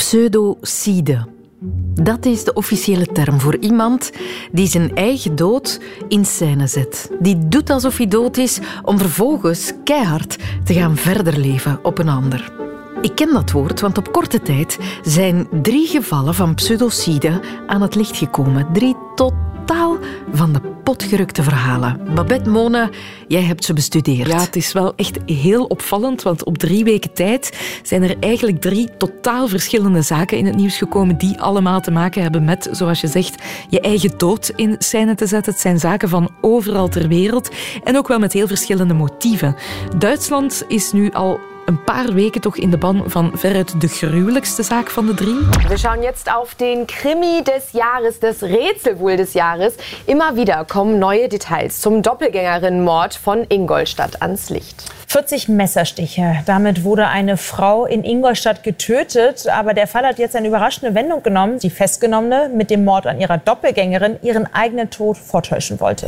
Pseudocide. Dat is de officiële term voor iemand die zijn eigen dood in scène zet. Die doet alsof hij dood is om vervolgens keihard te gaan verder leven op een ander. Ik ken dat woord, want op korte tijd zijn 3 gevallen van pseudocide aan het licht gekomen. 3 totaal van de pot gerukte verhalen. Babette Mona, jij hebt ze bestudeerd. Ja, het is wel echt heel opvallend, want op 3 weken tijd zijn er eigenlijk 3 totaal verschillende zaken in het nieuws gekomen die allemaal te maken hebben met, zoals je zegt, je eigen dood in scène te zetten. Het zijn zaken van overal ter wereld en ook wel met heel verschillende motieven. Duitsland is nu al een paar weken toch in de ban van veruit de gruwelijkste zaak van de 3. We schauen jetzt auf den Krimi des Jahres, das Rätsel wohl des Jahres. Immer wieder kommen neue Details zum Doppelgängerinnenmord von Ingolstadt ans Licht. 40 Messerstiche. Damit wurde eine Frau in Ingolstadt getötet. Aber der Fall hat jetzt eine überraschende Wendung genommen. Die Festgenommene mit dem Mord an ihrer Doppelgängerin ihren eigenen Tod vortäuschen wollte.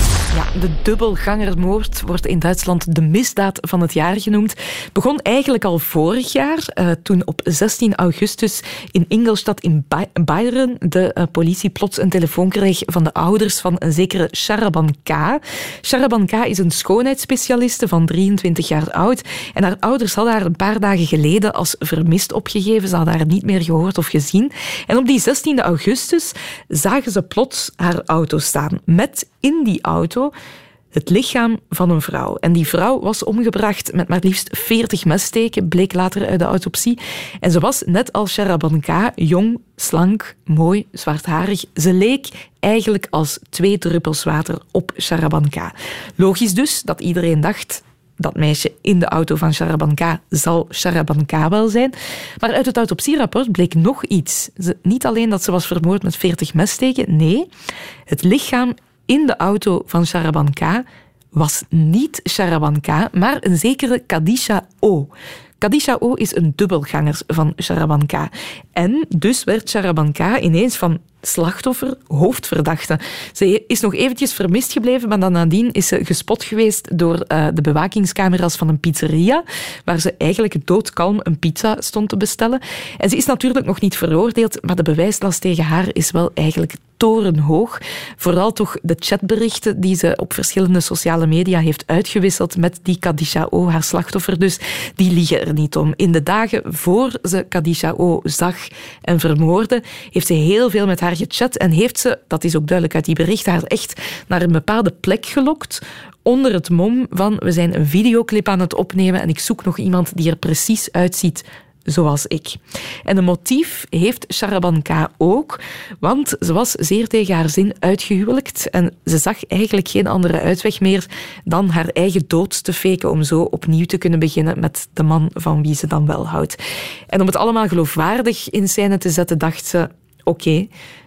Ja, de dubbelgangermoord wordt in Duitsland de misdaad van het jaar genoemd. Begon eigenlijk al vorig jaar, toen op 16 augustus in Ingolstadt in Bayern de politie plots een telefoon kreeg van de ouders van een zekere Sharaban K. Sharaban K. is een schoonheidsspecialiste van 23 jaar oud. En haar ouders hadden haar een paar dagen geleden als vermist opgegeven. Ze hadden haar niet meer gehoord of gezien. En op die 16 augustus zagen ze plots haar auto staan. Met in die auto het lichaam van een vrouw. En die vrouw was omgebracht met maar liefst 40 messteken, bleek later uit de autopsie. En ze was, net als Sharaban K., jong, slank, mooi, zwartharig. Ze leek eigenlijk als 2 druppels water op Sharaban K. Logisch dus dat iedereen dacht, dat meisje in de auto van Sharaban K. zal Sharaban K. wel zijn. Maar uit het autopsierapport bleek nog iets. Niet alleen dat ze was vermoord met 40 messteken, nee, het lichaam in de auto van Sharaban K. was niet Sharaban K., maar een zekere Khadija O. Khadija O. is een dubbelganger van Sharaban K. En dus werd Sharaban K. ineens van slachtoffer hoofdverdachte. Ze is nog eventjes vermist gebleven, maar dan nadien is ze gespot geweest door de bewakingscamera's van een pizzeria, waar ze eigenlijk doodkalm een pizza stond te bestellen. En ze is natuurlijk nog niet veroordeeld, maar de bewijslast tegen haar is wel eigenlijk torenhoog. Vooral toch de chatberichten die ze op verschillende sociale media heeft uitgewisseld met die Khadija O, haar slachtoffer dus, die liegen er niet om. In de dagen voor ze Khadija O zag en vermoordde, heeft ze heel veel met haar gechat en heeft ze, dat is ook duidelijk uit die berichten, haar echt naar een bepaalde plek gelokt, onder het mom van we zijn een videoclip aan het opnemen en ik zoek nog iemand die er precies uitziet zoals ik. En een motief heeft Sharaban K. ook, want ze was zeer tegen haar zin uitgehuwelijkt en ze zag eigenlijk geen andere uitweg meer dan haar eigen dood te faken om zo opnieuw te kunnen beginnen met de man van wie ze dan wel houdt. En om het allemaal geloofwaardig in scène te zetten, dacht ze, oké,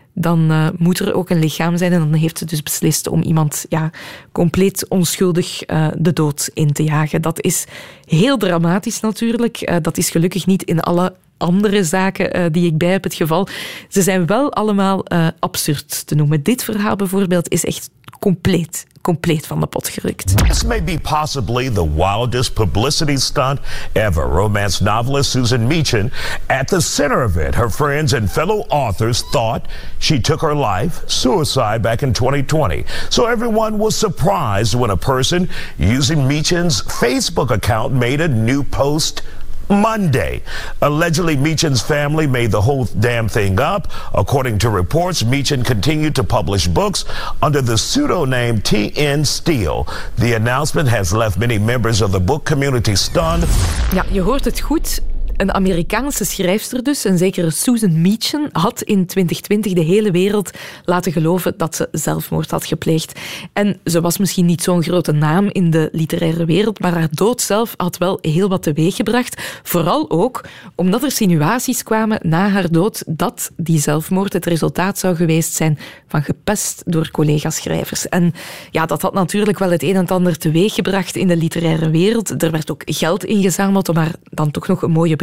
dan moet er ook een lichaam zijn. En dan heeft ze dus beslist om iemand compleet onschuldig de dood in te jagen. Dat is heel dramatisch natuurlijk. Dat is gelukkig niet in alle andere zaken die ik bij heb het geval. Ze zijn wel allemaal absurd te noemen. Dit verhaal bijvoorbeeld is echt compleet van de pot gerukt. This may be possibly the wildest publicity stunt ever. Romance novelist Susan Meachin at the center of it. Her friends and fellow authors thought she took her life, suicide, back in 2020. So everyone was surprised when a person using Meachin's Facebook account made a new post Monday. Allegedly, Meachin's family made the whole damn thing up. According to reports, Meachin continued to publish books under the pseudonym T.N. Steele. The announcement has left many members of the book community stunned. Ja, je hoort het goed. Een Amerikaanse schrijfster dus, een zekere Susan Meachin, had in 2020 de hele wereld laten geloven dat ze zelfmoord had gepleegd. En ze was misschien niet zo'n grote naam in de literaire wereld, maar haar dood zelf had wel heel wat teweeggebracht. Vooral ook omdat er simulaties kwamen na haar dood dat die zelfmoord het resultaat zou geweest zijn van gepest door collega-schrijvers. En ja, dat had natuurlijk wel het een en ander teweeggebracht in de literaire wereld. Er werd ook geld ingezameld om haar dan toch nog een mooie begrafenis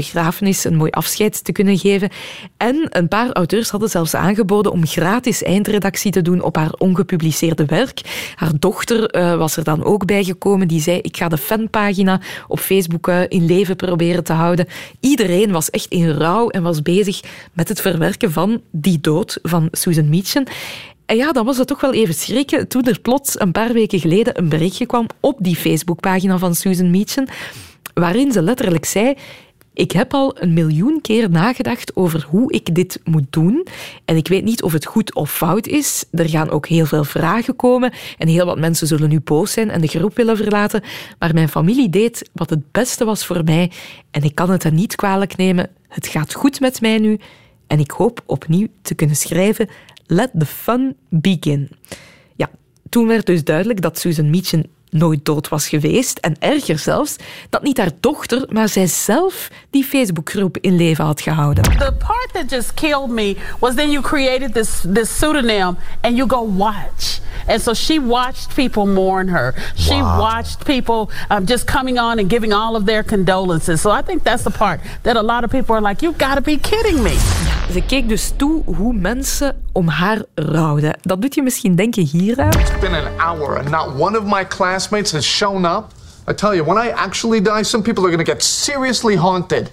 begrafenis een mooi afscheid te kunnen geven. En een paar auteurs hadden zelfs aangeboden om gratis eindredactie te doen op haar ongepubliceerde werk. Haar dochter was er dan ook bijgekomen. Die zei, ik ga de fanpagina op Facebook in leven proberen te houden. Iedereen was echt in rouw en was bezig met het verwerken van die dood van Susan Meachen. En ja, dan was het toch wel even schrikken toen er plots een paar weken geleden een berichtje kwam op die Facebookpagina van Susan Meachen, waarin ze letterlijk zei, ik heb al 1 miljoen keer nagedacht over hoe ik dit moet doen. En ik weet niet of het goed of fout is. Er gaan ook heel veel vragen komen. En heel wat mensen zullen nu boos zijn en de groep willen verlaten. Maar mijn familie deed wat het beste was voor mij. En ik kan het hen niet kwalijk nemen. Het gaat goed met mij nu. En ik hoop opnieuw te kunnen schrijven, let the fun begin. Ja, toen werd dus duidelijk dat Susan Meachen nooit dood was geweest. En erger zelfs, dat niet haar dochter, maar zijzelf die Facebookgroep in leven had gehouden. The part that just killed me was then you created this pseudonym and you go watch. And so she watched people mourn her. She watched people just coming on and giving all of their condolences. So I think that's the part that a lot of people are like, you gotta be kidding me. Ze keek dus toe hoe mensen om haar rouwden. Dat doet je misschien denken hieraan. It's been an hour and not one of my classmates has shown up. I tell you, when I actually die, some people are going to get seriously haunted.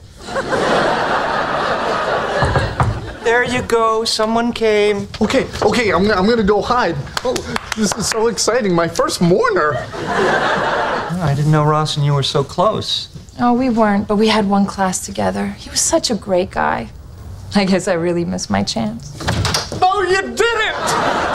There you go. Someone came. Okay, I'm going to go hide. Oh, this is so exciting. My first mourner. I didn't know Ross and you were so close. Oh, we weren't, but we had one class together. He was such a great guy. I guess I really missed my chance. No, you didn't!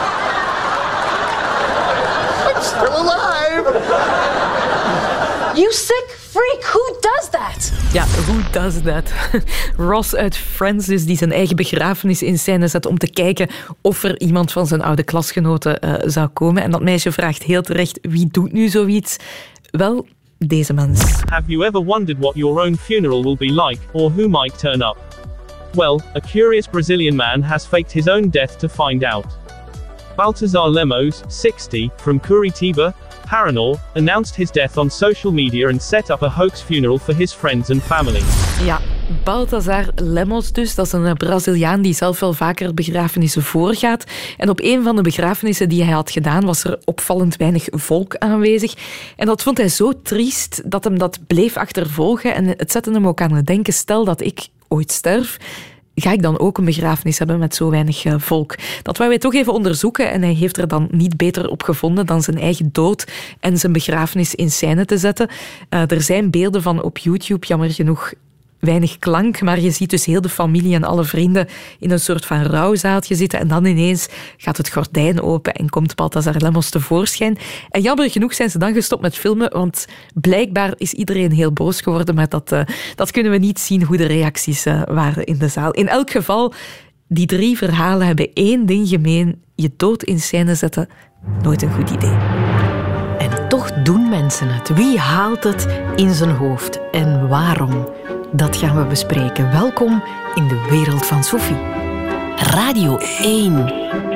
I'm still alive! You sick freak, who does that? Ja, who does that? Ross uit Friends dus, die zijn eigen begrafenis in scène zet om te kijken of er iemand van zijn oude klasgenoten zou komen. En dat meisje vraagt heel terecht, wie doet nu zoiets? Wel, deze mens. Have you ever wondered what your own funeral will be like, or who might turn up? Well, a curious Brazilian man has faked his own death to find out. Baltazar Lemos, 60, from Curitiba, Paraná, announced his death on social media and set up a hoax funeral for his friends and family. Ja, Baltazar Lemos dus, dat is een Braziliaan die zelf wel vaker begrafenissen voorgaat. En op een van de begrafenissen die hij had gedaan, was er opvallend weinig volk aanwezig. En dat vond hij zo triest dat hem dat bleef achtervolgen. En het zette hem ook aan het denken, stel dat ik ooit sterf, ga ik dan ook een begrafenis hebben met zo weinig volk? Dat wou hij toch even onderzoeken en hij heeft er dan niet beter op gevonden dan zijn eigen dood en zijn begrafenis in scène te zetten. Er zijn beelden van op YouTube, jammer genoeg weinig klank, maar je ziet dus heel de familie en alle vrienden in een soort van rouwzaaltje zitten en dan ineens gaat het gordijn open en komt Baltazar Lemos tevoorschijn. En jammer genoeg zijn ze dan gestopt met filmen, want blijkbaar is iedereen heel boos geworden, maar dat kunnen we niet zien hoe de reacties waren in de zaal. In elk geval, die 3 verhalen hebben één ding gemeen: je dood in scène zetten, nooit een goed idee. En toch doen mensen het. Wie haalt het in zijn hoofd en waarom? Dat gaan we bespreken. Welkom in de wereld van Sophie. Radio 1.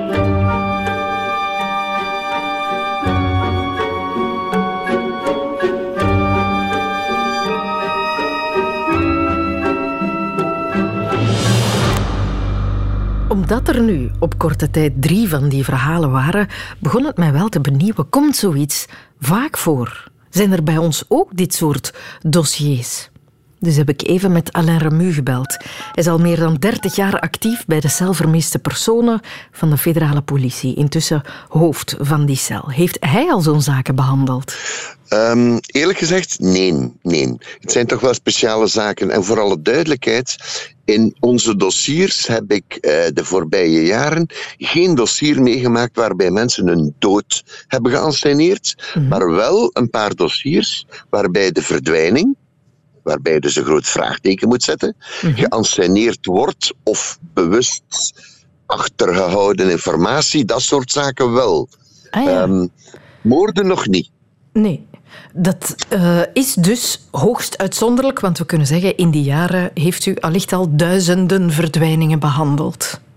Omdat er nu op korte tijd 3 van die verhalen waren, begon het mij wel te benieuwen. Komt zoiets vaak voor? Zijn er bij ons ook dit soort dossiers? Dus heb ik even met Alain Remu gebeld. Hij is al meer dan 30 jaar actief bij de cel vermiste personen van de federale politie. Intussen hoofd van die cel. Heeft hij al zo'n zaken behandeld? Eerlijk gezegd, nee. Het zijn toch wel speciale zaken. En voor alle duidelijkheid, in onze dossiers heb ik de voorbije jaren geen dossier meegemaakt waarbij mensen hun dood hebben geënsceneerd, maar wel een paar dossiers waarbij de verdwijning, waarbij je dus een groot vraagteken moet zetten, geënsceneerd wordt of bewust achtergehouden informatie, dat soort zaken wel. Moorden nog niet. Nee. Dat is dus hoogst uitzonderlijk, want we kunnen zeggen, in die jaren heeft u allicht al duizenden verdwijningen behandeld.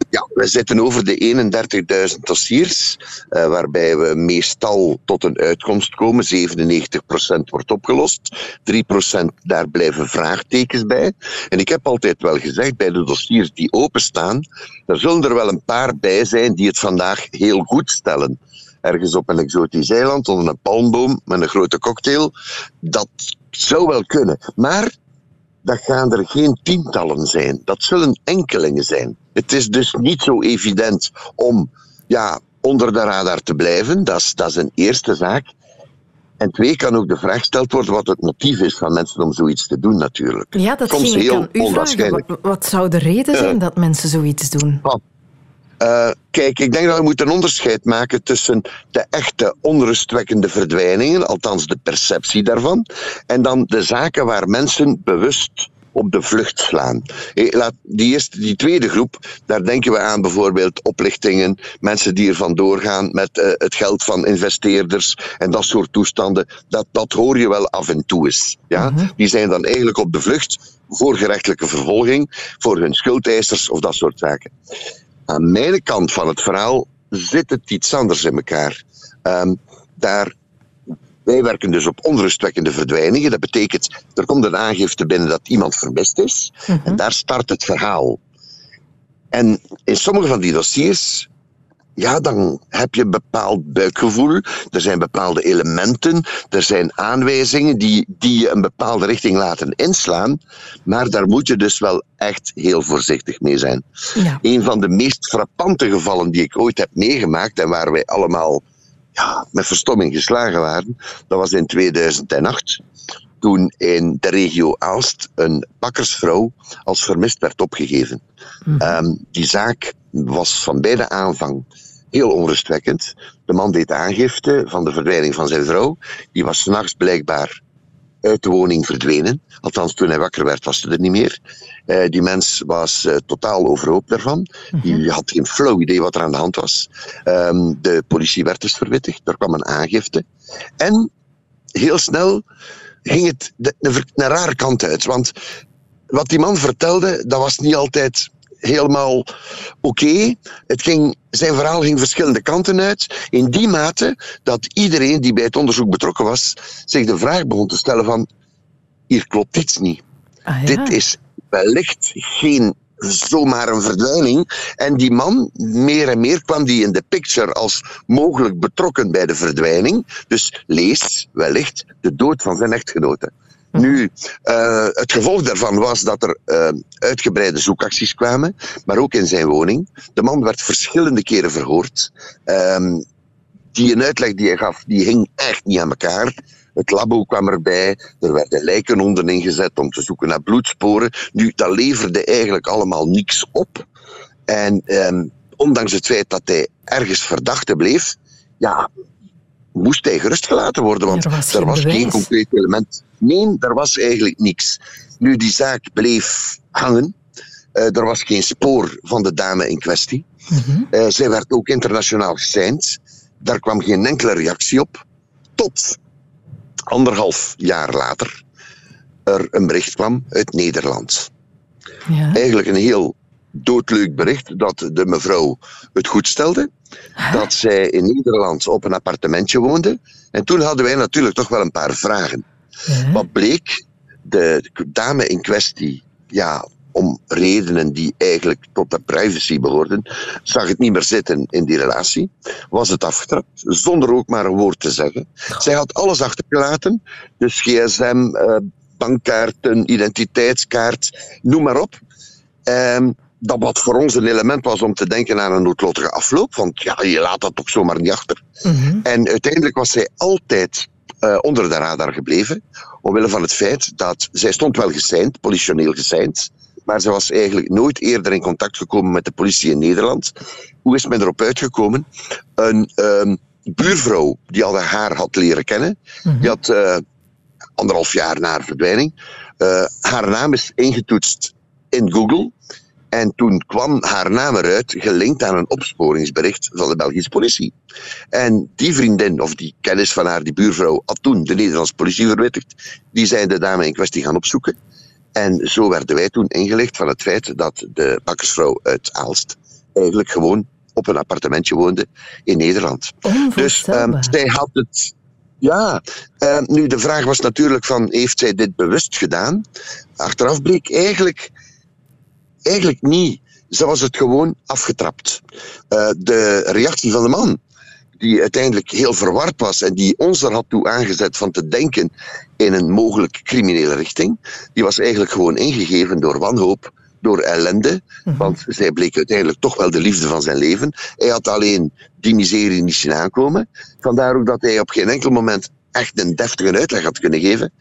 Ja, we zitten over de 31.000 dossiers, waarbij we meestal tot een uitkomst komen. 97% wordt opgelost, 3% daar blijven vraagtekens bij. En ik heb altijd wel gezegd, bij de dossiers die openstaan, er zullen er wel een paar bij zijn die het vandaag heel goed stellen. Ergens op een exotisch eiland, onder een palmboom, met een grote cocktail. Dat zou wel kunnen. Maar dat gaan er geen tientallen zijn. Dat zullen enkelingen zijn. Het is dus niet zo evident om onder de radar te blijven. Dat is een eerste zaak. En 2, kan ook de vraag gesteld worden wat het motief is van mensen om zoiets te doen natuurlijk. Ja, dat soms ging ik heel aan u onwaarschijnlijk. vragen. Wat zou de reden zijn dat mensen zoiets doen? Kijk, ik denk dat we moeten een onderscheid maken tussen de echte onrustwekkende verdwijningen, althans de perceptie daarvan, en dan de zaken waar mensen bewust op de vlucht slaan. Die tweede groep, daar denken we aan bijvoorbeeld oplichtingen, mensen die er vandoor gaan met het geld van investeerders en dat soort toestanden. Dat hoor je wel af en toe eens. Ja? Die zijn dan eigenlijk op de vlucht voor gerechtelijke vervolging, voor hun schuldeisers of dat soort zaken. Aan mijn kant van het verhaal zit het iets anders in elkaar. Wij werken dus op onrustwekkende verdwijningen. Dat betekent, er komt een aangifte binnen dat iemand vermist is. En daar start het verhaal. En in sommige van die dossiers, dan heb je een bepaald buikgevoel. Er zijn bepaalde elementen. Er zijn aanwijzingen die je een bepaalde richting laten inslaan. Maar daar moet je dus wel echt heel voorzichtig mee zijn. Ja. Een van de meest frappante gevallen die ik ooit heb meegemaakt en waar wij allemaal met verstomming geslagen waren, dat was in 2008. Toen in de regio Aalst een bakkersvrouw als vermist werd opgegeven. Die zaak was van bij de aanvang heel onrustwekkend. De man deed aangifte van de verdwijning van zijn vrouw. Die was 's nachts blijkbaar uit de woning verdwenen. Althans, toen hij wakker werd, was ze er niet meer. Die mens was totaal overhoop daarvan. Die had geen flauw idee wat er aan de hand was. De politie werd dus verwittigd. Er kwam een aangifte. En heel snel ging het een rare kant uit. Want wat die man vertelde, dat was niet altijd helemaal oké. Zijn verhaal ging verschillende kanten uit. In die mate dat iedereen die bij het onderzoek betrokken was, zich de vraag begon te stellen van, hier klopt iets niet. Dit is wellicht geen zomaar een verdwijning. En die man, meer en meer kwam die in de picture als mogelijk betrokken bij de verdwijning. Dus lees wellicht de dood van zijn echtgenote. Nu, het gevolg daarvan was dat er uitgebreide zoekacties kwamen, maar ook in zijn woning. De man werd verschillende keren verhoord. Die uitleg die hij gaf, die hing echt niet aan elkaar. Het labo kwam erbij, er werden lijkenhonden ingezet om te zoeken naar bloedsporen. Nu, dat leverde eigenlijk allemaal niks op. En ondanks het feit dat hij ergens verdachte bleef, moest hij gerustgelaten worden, want er was geen concreet element. Nee, er was eigenlijk niks. Nu, die zaak bleef hangen. Er was geen spoor van de dame in kwestie. Zij werd ook internationaal geseind. Daar kwam geen enkele reactie op. Tot 1,5 jaar later er een bericht kwam uit Nederland. Eigenlijk een heel doodleuk bericht dat de mevrouw het goed stelde. Dat zij in Nederland op een appartementje woonde. En toen hadden wij natuurlijk toch wel een paar vragen. Wat bleek? De dame in kwestie, om redenen die eigenlijk tot de privacy behoorden, zag het niet meer zitten in die relatie. Was het afgetrapt, zonder ook maar een woord te zeggen. Zij had alles achtergelaten. Dus gsm, bankkaarten, identiteitskaart, noem maar op. Dat wat voor ons een element was om te denken aan een noodlottige afloop. Want je laat dat toch zomaar niet achter. En uiteindelijk was zij altijd onder de radar gebleven. Omwille van het feit dat zij stond wel geseind, politioneel geseind. Maar ze was eigenlijk nooit eerder in contact gekomen met de politie in Nederland. Hoe is men erop uitgekomen? Een buurvrouw die al haar had leren kennen. Die had 1,5 jaar na haar verdwijning. Haar naam is ingetoetst in Google. En toen kwam haar naam eruit, gelinkt aan een opsporingsbericht van de Belgische politie. En die vriendin, of die kennis van haar, die buurvrouw, had toen de Nederlandse politie verwittigd. Die zijn de dame in kwestie gaan opzoeken. En zo werden wij toen ingelicht van het feit dat de bakkersvrouw uit Aalst eigenlijk gewoon op een appartementje woonde in Nederland. Dus zij had het... Ja, nu de vraag was natuurlijk van, heeft zij dit bewust gedaan? Achteraf bleek eigenlijk niet. Ze was het gewoon afgetrapt. De reactie van de man, die uiteindelijk heel verward was en die ons er had toe aangezet van te denken in een mogelijk criminele richting, die was eigenlijk gewoon ingegeven door wanhoop, door ellende, want zij bleek uiteindelijk toch wel de liefde van zijn leven. Hij had alleen die miserie niet zien aankomen. Vandaar ook dat hij op geen enkel moment echt een deftige uitleg had kunnen geven.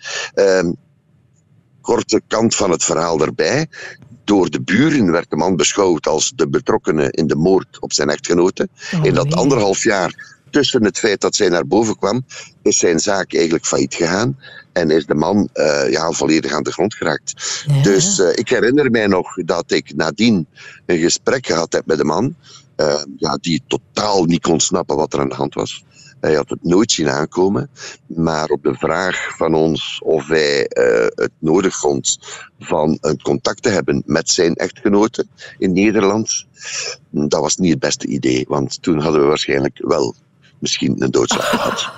Korte kant van het verhaal erbij. Door de buren werd de man beschouwd als de betrokkenen in de moord op zijn echtgenote. In dat 1,5 jaar tussen het feit dat zij naar boven kwam, is zijn zaak eigenlijk failliet gegaan. En is de man volledig aan de grond geraakt. Ja. Dus ik herinner mij nog dat ik nadien een gesprek gehad heb met de man. Die totaal niet kon snappen wat er aan de hand was. Hij had het nooit zien aankomen. Maar op de vraag van ons of hij het nodig vond van een contact te hebben met zijn echtgenote in Nederland, dat was niet het beste idee. Want toen hadden we waarschijnlijk wel misschien een doodslag gehad.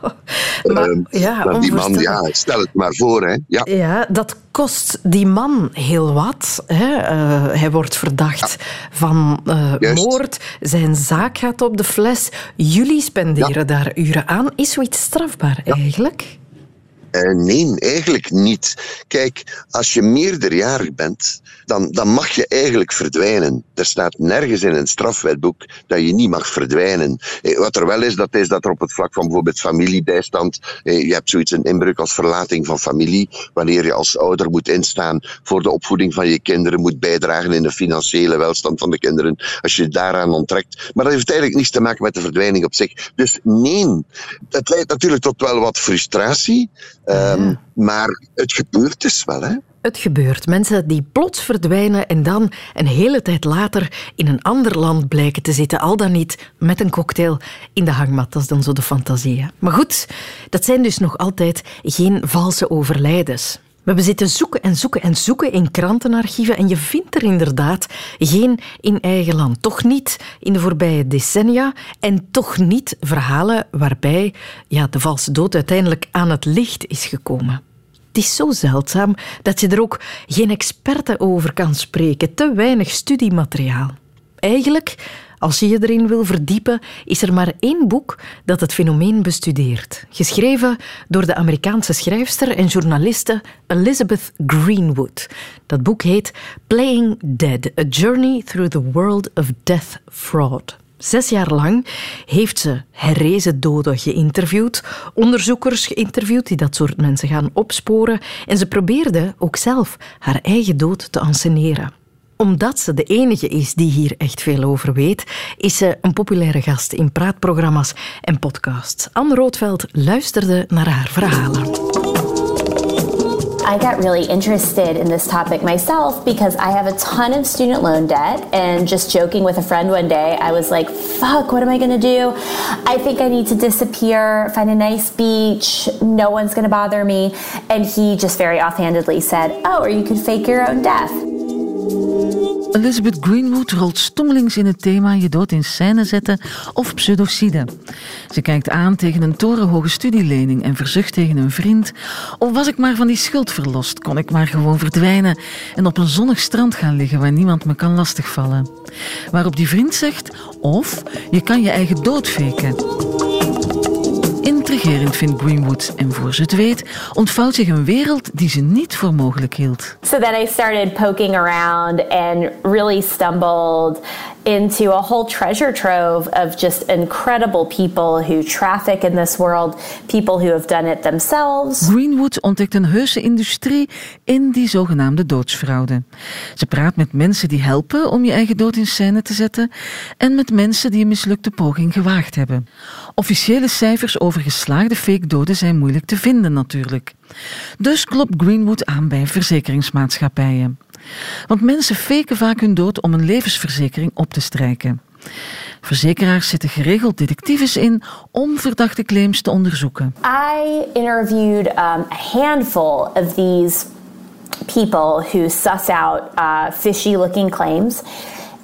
Maar die man, stel het maar voor. Hè. Ja, dat kost die man heel wat. Hè. Hij wordt verdacht van moord. Zijn zaak gaat op de fles. Jullie spenderen daar uren aan. Is zoiets strafbaar eigenlijk? Nee, eigenlijk niet. Kijk, als je meerderjarig bent, dan mag je eigenlijk verdwijnen. Er staat nergens in een strafwetboek dat je niet mag verdwijnen. Wat er wel is dat er op het vlak van bijvoorbeeld familiebijstand, je hebt zoiets, een inbreuk als verlating van familie, wanneer je als ouder moet instaan voor de opvoeding van je kinderen, moet bijdragen in de financiële welstand van de kinderen, als je daaraan onttrekt. Maar dat heeft eigenlijk niets te maken met de verdwijning op zich. Dus nee, het leidt natuurlijk tot wel wat frustratie. Maar het gebeurt dus wel, hè? Het gebeurt. Mensen die plots verdwijnen en dan een hele tijd later in een ander land blijken te zitten, al dan niet met een cocktail in de hangmat. Dat is dan zo de fantasie. Hè? Maar goed, dat zijn dus nog altijd geen valse overlijdens. We hebben zitten zoeken en zoeken en zoeken in krantenarchieven en je vindt er inderdaad geen in eigen land. Toch niet in de voorbije decennia en toch niet verhalen waarbij de valse dood uiteindelijk aan het licht is gekomen. Het is zo zeldzaam dat je er ook geen experten over kan spreken. Te weinig studiemateriaal. Eigenlijk, als je je erin wil verdiepen, is er maar 1 boek dat het fenomeen bestudeert. Geschreven door de Amerikaanse schrijfster en journaliste Elizabeth Greenwood. Dat boek heet Playing Dead, A Journey Through the World of Death Fraud. 6 jaar lang heeft ze herrezen doden geïnterviewd, onderzoekers geïnterviewd die dat soort mensen gaan opsporen en ze probeerde ook zelf haar eigen dood te anseneren. Omdat ze de enige is die hier echt veel over weet, is ze een populaire gast in praatprogramma's en podcasts. Anne Roodveld luisterde naar haar verhalen. I got really interested in this topic myself because I have a ton of student loan debt, and just joking with a friend one day, I was like, fuck, what am I going to do? I think I need to disappear, find a nice beach, no one's going to bother me. And he just very offhandedly said, oh, or you could fake your own death. Elizabeth Greenwood rolt stommelings in het thema je dood in scène zetten of pseudocide. Ze kijkt aan tegen een torenhoge studielening en verzucht tegen een vriend: of was ik maar van die schuld verlost, kon ik maar gewoon verdwijnen en op een zonnig strand gaan liggen waar niemand me kan lastigvallen. Waarop die vriend zegt: of je kan je eigen dood faken. Intrigerend vindt Greenwood en voor ze het weet ontvouwt zich een wereld die ze niet voor mogelijk hield. So then I started poking around and really stumbled into a whole treasure trove of just incredible people who traffic in this world, people who have done it themselves. Greenwood ontdekt een heuse industrie in die zogenaamde doodsfraude. Ze praat met mensen die helpen om je eigen dood in scène te zetten en met mensen die een mislukte poging gewaagd hebben. Officiële cijfers over geslaagde fake doden zijn moeilijk te vinden natuurlijk. Dus klopt Greenwood aan bij verzekeringsmaatschappijen. Want mensen faken vaak hun dood om een levensverzekering op te strijken. Verzekeraars zetten geregeld detectives in om verdachte claims te onderzoeken. I interviewed a handful of these people who suss out fishy-looking claims.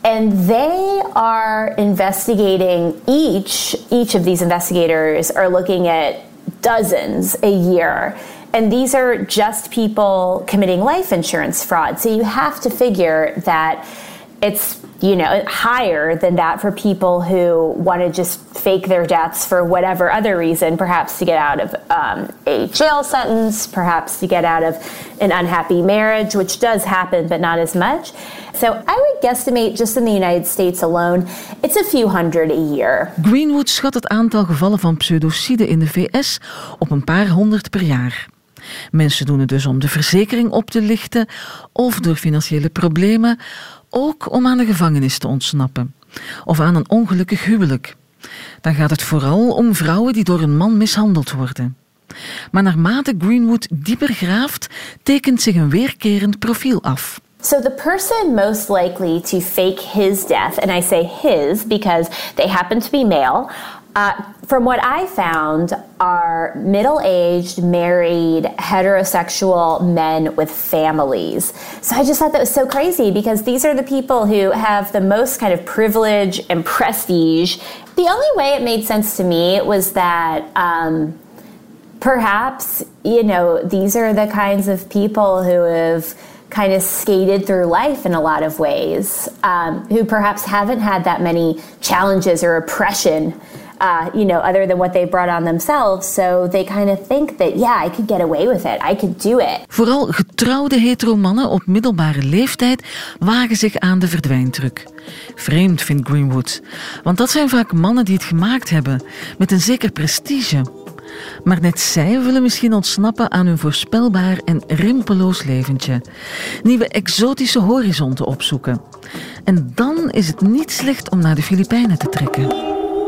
And they are investigating each of these investigators are looking at dozens a year. And these are just people committing life insurance fraud. So you have to figure that it's, higher than that for people who want to just fake their deaths for whatever other reason, perhaps to get out of a jail sentence, perhaps to get out of an unhappy marriage, which does happen, but not as much. So I would guesstimate just in the United States alone, it's a few hundred a year. Greenwood schat het aantal gevallen van pseudocide in de VS op een paar honderd per jaar. Mensen doen het dus om de verzekering op te lichten of door financiële problemen, ook om aan de gevangenis te ontsnappen. Of aan een ongelukkig huwelijk. Dan gaat het vooral om vrouwen die door een man mishandeld worden. Maar naarmate Greenwood dieper graaft, tekent zich een weerkerend profiel af. So the person most likely to fake his death, and I say his because they happen to be male, from what I found, are middle-aged, married, heterosexual men with families. So I just thought that was so crazy because these are the people who have the most kind of privilege and prestige. The only way it made sense to me was that perhaps, these are the kinds of people who have kind of skated through life in a lot of ways, who perhaps haven't had that many challenges or oppression other than what they brought on themselves. So they kind of think that, I could get away with it. I could do it. Vooral getrouwde hetero-mannen op middelbare leeftijd wagen zich aan de verdwijntruc. Vreemd, vindt Greenwood. Want dat zijn vaak mannen die het gemaakt hebben, met een zeker prestige. Maar net zij willen misschien ontsnappen aan hun voorspelbaar en rimpeloos leventje. Nieuwe exotische horizonten opzoeken. En dan is het niet slecht om naar de Filipijnen te trekken.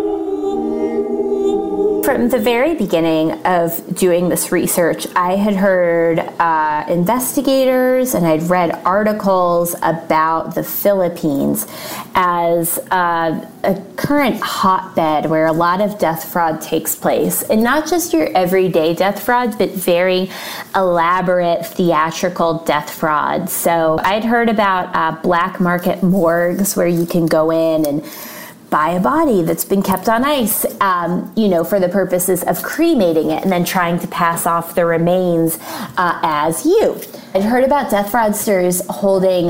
From the very beginning of doing this research, I had heard investigators and I'd read articles about the Philippines as a current hotbed where a lot of death fraud takes place. And not just your everyday death fraud, but very elaborate theatrical death fraud. So I'd heard about black market morgues where you can go in and buy a body that's been kept on ice, for the purposes of cremating it and then trying to pass off the remains as you. I'd heard about death fraudsters holding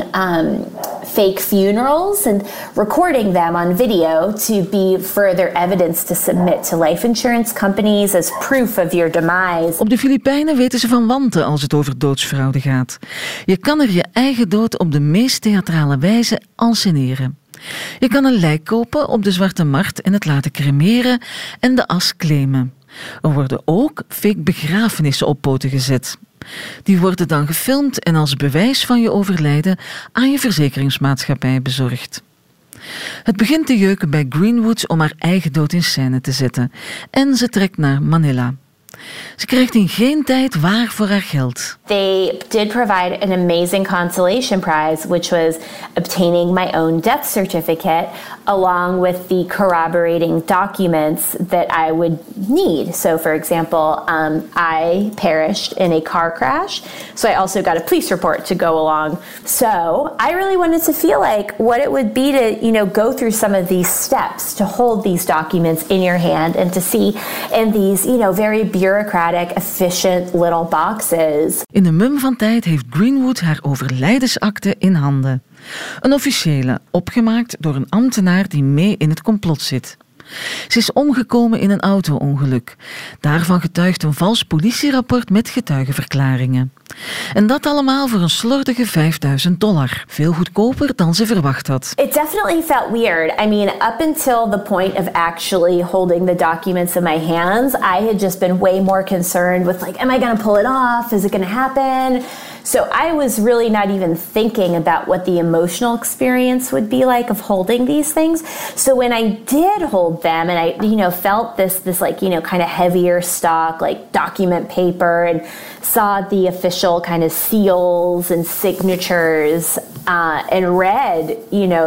fake funerals and recording them on video to be further evidence to submit to life insurance companies as proof of your demise. Op de Filipijnen weten ze van wanten als het over doodsfraude gaat. Je kan er je eigen dood op de meest theatrale wijze enceneren. Je kan een lijk kopen op de zwarte markt en het laten cremeren en de as claimen. Er worden ook fake begrafenissen op poten gezet. Die worden dan gefilmd en als bewijs van je overlijden aan je verzekeringsmaatschappij bezorgd. Het begint te jeuken bij Greenwood om haar eigen dood in scène te zetten en ze trekt naar Manila. Ze krijgt in geen tijd waar voor haar geld. They did provide an amazing consolation prize, which was obtaining my own death certificate along with the corroborating documents that I would need. So, for example, I perished in a car crash, so I also got a police report to go along. So, I really wanted to feel like what it would be to, go through some of these steps, to hold these documents in your hand and to see in these, very bureaucratic, efficient little boxes. In een mum van tijd heeft Greenwood haar overlijdensakte in handen. Een officiële, opgemaakt door een ambtenaar die mee in het complot zit. Ze is omgekomen in een auto-ongeluk. Daarvan getuigt een vals politierapport met getuigenverklaringen. En dat allemaal voor een slordige $5.000. Veel goedkoper dan ze verwacht had. It definitely felt weird. I mean, up until the point of actually holding the documents in my hands, I had just been way more concerned with am I going to pull it off? Is it going to happen? So I was really not even thinking about what the emotional experience would be like of holding these things. So when I did hold them and I, felt this kind of heavier stock, document paper, and saw the official kind of seals and signatures, and read,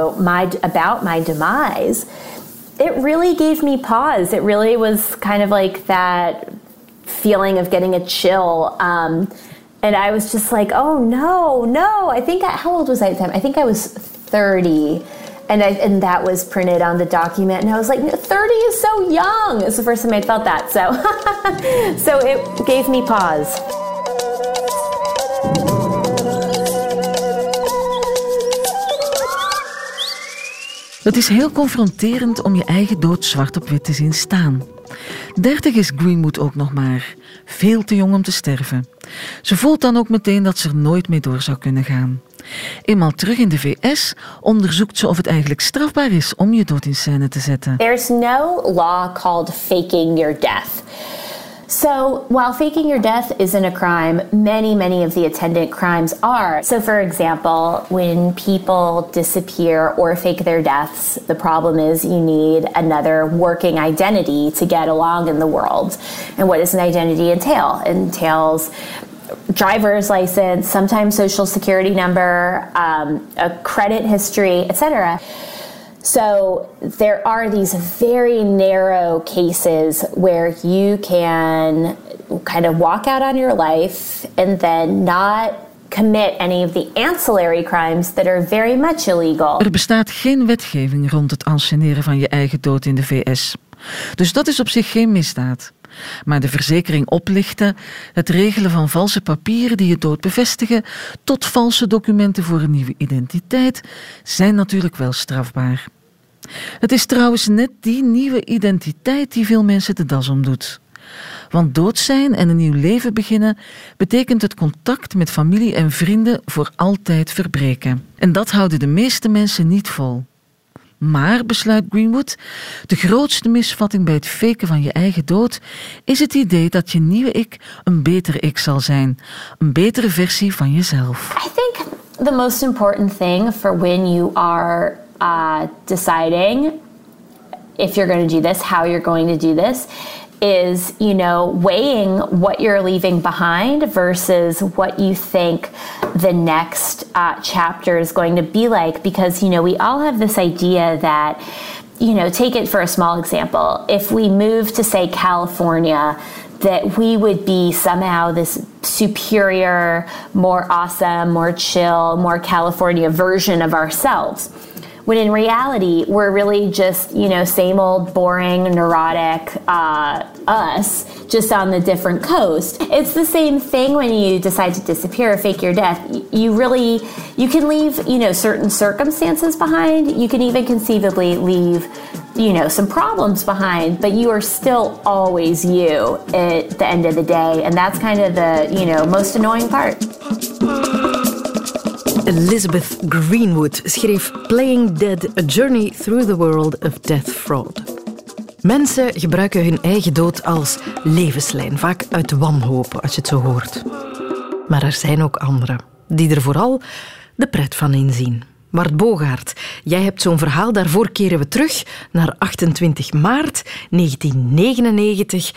about my demise, it really gave me pause. It really was kind of like that feeling of getting a chill. And I was just like, oh, no. How old was I at the time? I think I was 30. And that was printed on the document. And I was like, 30 is so young. It's the first time I felt that. So it gave me pause. Het is heel confronterend om je eigen dood zwart op wit te zien staan. 30 is Greenwood ook nog maar. Veel te jong om te sterven. Ze voelt dan ook meteen dat ze er nooit mee door zou kunnen gaan. Eenmaal terug in de VS onderzoekt ze of het eigenlijk strafbaar is om je dood in scène te zetten. There's no law called faking your death. So while faking your death isn't a crime, many of the attendant crimes are. So for example, when people disappear or fake their deaths, the problem is you need another working identity to get along in the world. And what does an identity entail? It entails driver's license, sometimes social security number, a credit history, etc. So there are these very narrow cases where you can kind of walk out on your life and then not commit any of the ancillary crimes that are very much illegal. Er bestaat geen wetgeving rond het anseneren van je eigen dood in de VS. Dus dat is op zich geen misdaad. Maar de verzekering oplichten, het regelen van valse papieren die je dood bevestigen, tot valse documenten voor een nieuwe identiteit, zijn natuurlijk wel strafbaar. Het is trouwens net die nieuwe identiteit die veel mensen de das omdoet. Want dood zijn en een nieuw leven beginnen betekent het contact met familie en vrienden voor altijd verbreken. En dat houden de meeste mensen niet vol. Maar, besluit Greenwood, de grootste misvatting bij het faken van je eigen dood is het idee dat je nieuwe ik een betere ik zal zijn. Een betere versie van jezelf. I think the most important thing for when you are deciding if you're going to do this, how you're going to do this, is, weighing what you're leaving behind versus what you think the next chapter is going to be like. Because, we all have this idea that, take it for a small example. If we move to, say, California, that we would be somehow this superior, more awesome, more chill, more California version of ourselves. When in reality, we're really just, same old, boring, neurotic us, just on the different coast. It's the same thing when you decide to disappear or fake your death. You can leave, certain circumstances behind. You can even conceivably leave, some problems behind, but you are still always you at the end of the day. And that's kind of the, most annoying part. Elizabeth Greenwood schreef Playing Dead, A Journey Through the World of Death Fraud. Mensen gebruiken hun eigen dood als levenslijn, vaak uit wanhoop, als je het zo hoort. Maar er zijn ook anderen, die er vooral de pret van inzien. Bart Bogaert, jij hebt zo'n verhaal, daarvoor keren we terug naar 28 maart 1999,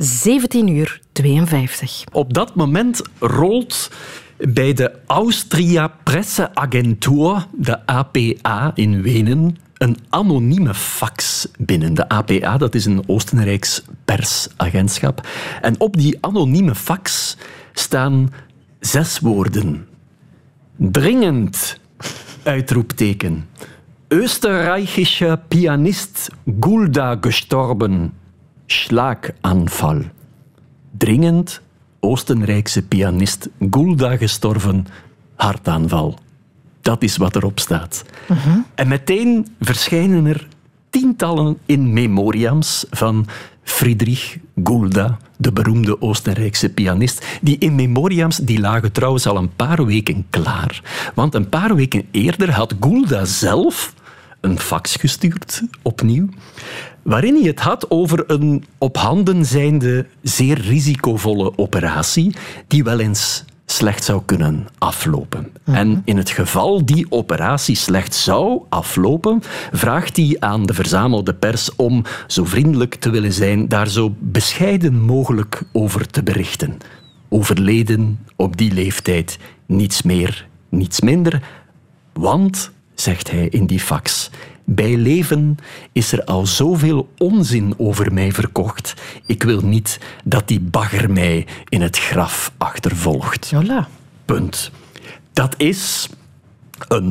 17:52. Op dat moment rolt bij de Austria Presseagentur, de APA in Wenen, een anonieme fax binnen. De APA, dat is een Oostenrijks persagentschap. En op die anonieme fax staan 6 woorden. Dringend, uitroepteken. Österreichische Pianist Gulda gestorben. Schlaganfall. Dringend, Oostenrijkse pianist Gulda gestorven, hartaanval. Dat is wat erop staat. En meteen verschijnen er tientallen in memoriams van Friedrich Gulda, de beroemde Oostenrijkse pianist. Die in memoriams die lagen trouwens al een paar weken klaar. Want een paar weken eerder had Gulda zelf een fax gestuurd, opnieuw, waarin hij het had over een op handen zijnde zeer risicovolle operatie die wel eens slecht zou kunnen aflopen. En in het geval die operatie slecht zou aflopen, vraagt hij aan de verzamelde pers om zo vriendelijk te willen zijn daar zo bescheiden mogelijk over te berichten. Overleden op die leeftijd, niets meer, niets minder, want, zegt hij in die fax, bij leven is er al zoveel onzin over mij verkocht. Ik wil niet dat die bagger mij in het graf achtervolgt. Voilà. Punt. Dat is een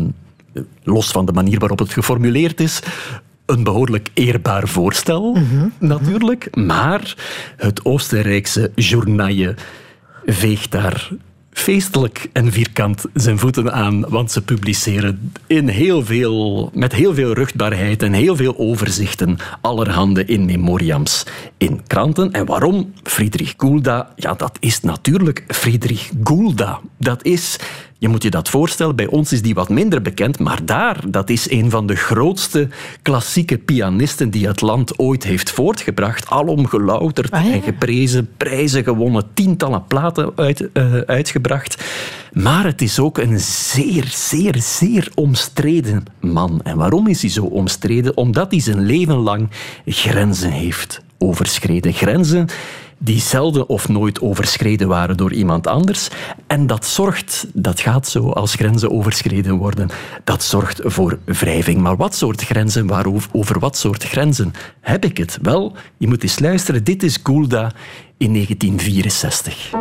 los van de manier waarop het geformuleerd is, een behoorlijk eerbaar voorstel, natuurlijk. Maar het Oostenrijkse journaal veegt daar feestelijk en vierkant zijn voeten aan, want ze publiceren met heel veel ruchtbaarheid en heel veel overzichten allerhande in memoriams in kranten. En waarom? Friedrich Gulda, ja, dat is natuurlijk Friedrich Gulda. Dat is... Je moet je dat voorstellen, bij ons is die wat minder bekend, maar dat is een van de grootste klassieke pianisten die het land ooit heeft voortgebracht. Alom gelouterd en geprezen, prijzen gewonnen, tientallen platen uitgebracht. Maar het is ook een zeer, zeer, zeer omstreden man. En waarom is hij zo omstreden? Omdat hij zijn leven lang grenzen heeft overschreden. Grenzen die zelden of nooit overschreden waren door iemand anders. En dat gaat zo als grenzen overschreden worden. Dat zorgt voor wrijving. Maar wat soort grenzen, over wat soort grenzen heb ik het? Wel, je moet eens luisteren. Dit is Gulda in 1964.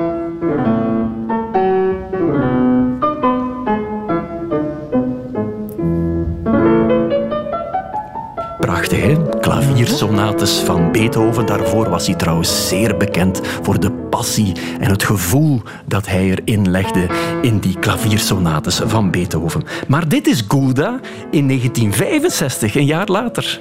Prachtig, hè? Klaviersonates van Beethoven. Daarvoor was hij trouwens zeer bekend voor de passie en het gevoel dat hij erin legde in die klaviersonates van Beethoven. Maar dit is Gulda in 1965, een jaar later.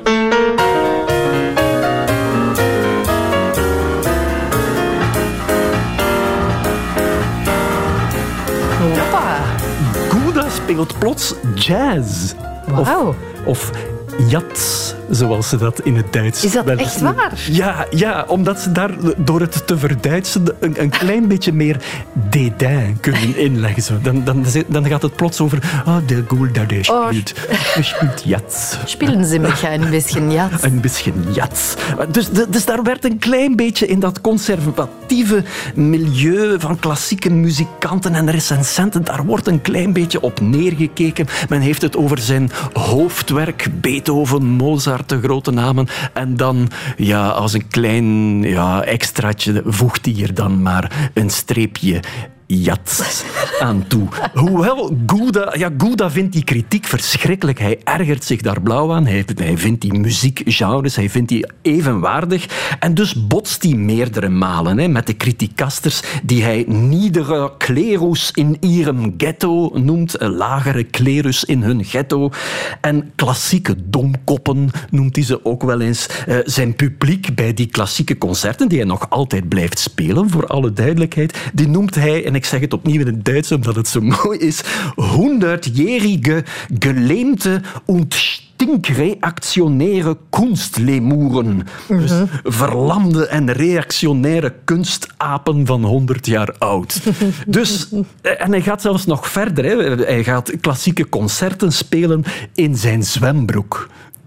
Gulda speelt plots jazz. Wauw. Of jazz, zoals ze dat in het Duits... Is dat echt waar? Ja, omdat ze daar door het te verduitsen een klein beetje meer dédain kunnen inleggen. Zo. Dan gaat het plots over... de Gulda, die speelt jazz. Spelen ze met een beetje jazz? Een beetje jazz. Dus daar werd een klein beetje in dat conservatieve milieu van klassieke muzikanten en recensenten, daar wordt een klein beetje op neergekeken. Men heeft het over zijn hoofdwerk, Beethoven, Mozart, de grote namen. En dan, ja, als een klein extraatje voegt hij er dan maar een streepje jazz aan toe. Hoewel Gulda vindt die kritiek verschrikkelijk. Hij ergert zich daar blauw aan. Hij vindt die muziekgenres, hij vindt die evenwaardig. En dus botst hij meerdere malen met de criticasters die hij niedere klerus in ihrem ghetto noemt. Een lagere klerus in hun ghetto. En klassieke domkoppen noemt hij ze ook wel eens. Zijn publiek bij die klassieke concerten, die hij nog altijd blijft spelen, voor alle duidelijkheid, die noemt hij, en ik zeg het opnieuw in het Duits omdat het zo mooi is, 100-jährige gelähmte und stinkreactionaire kunstlemuren. Dus verlamde en reactionaire kunstapen van 100 jaar oud. En hij gaat zelfs nog verder. Hè. Hij gaat klassieke concerten spelen in zijn zwembroek.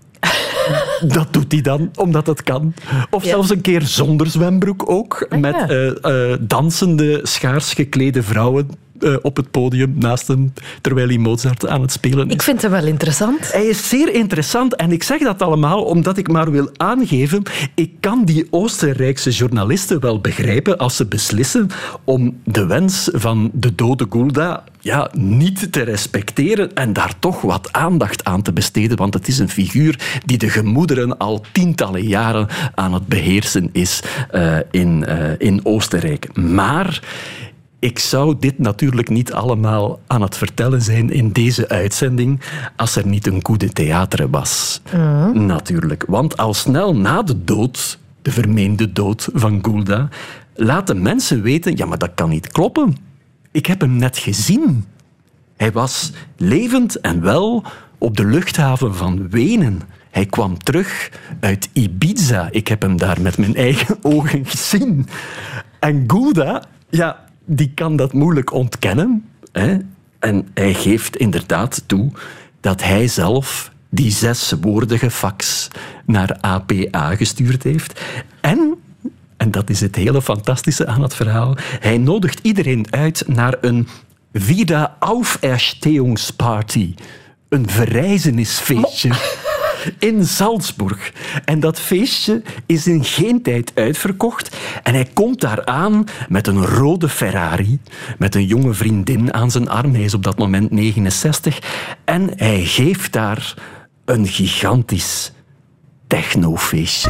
Dat doet hij dan, omdat het kan. Of zelfs een keer zonder zwembroek ook. Met dansende, schaars geklede vrouwen op het podium naast hem, terwijl hij Mozart aan het spelen is. Ik vind hem wel interessant. Hij is zeer interessant en ik zeg dat allemaal omdat ik maar wil aangeven, ik kan die Oostenrijkse journalisten wel begrijpen als ze beslissen om de wens van de dode Gulda niet te respecteren en daar toch wat aandacht aan te besteden, want het is een figuur die de gemoederen al tientallen jaren aan het beheersen is in Oostenrijk. Maar ik zou dit natuurlijk niet allemaal aan het vertellen zijn in deze uitzending als er niet een coup de théâtre was. Natuurlijk. Want al snel na de dood, de vermeende dood van Gulda, laten mensen weten, maar dat kan niet kloppen. Ik heb hem net gezien. Hij was levend en wel op de luchthaven van Wenen. Hij kwam terug uit Ibiza. Ik heb hem daar met mijn eigen ogen gezien. En Gulda, die kan dat moeilijk ontkennen. Hè? En hij geeft inderdaad toe dat hij zelf die 6-woordige fax naar APA gestuurd heeft. En dat is het hele fantastische aan het verhaal, hij nodigt iedereen uit naar een Wiederauferstehungsparty. Een verrijzenisfeestje. in Salzburg. En dat feestje is in geen tijd uitverkocht. En hij komt daar aan met een rode Ferrari, met een jonge vriendin aan zijn arm. Hij is op dat moment 69. En hij geeft daar een gigantisch technofeestje.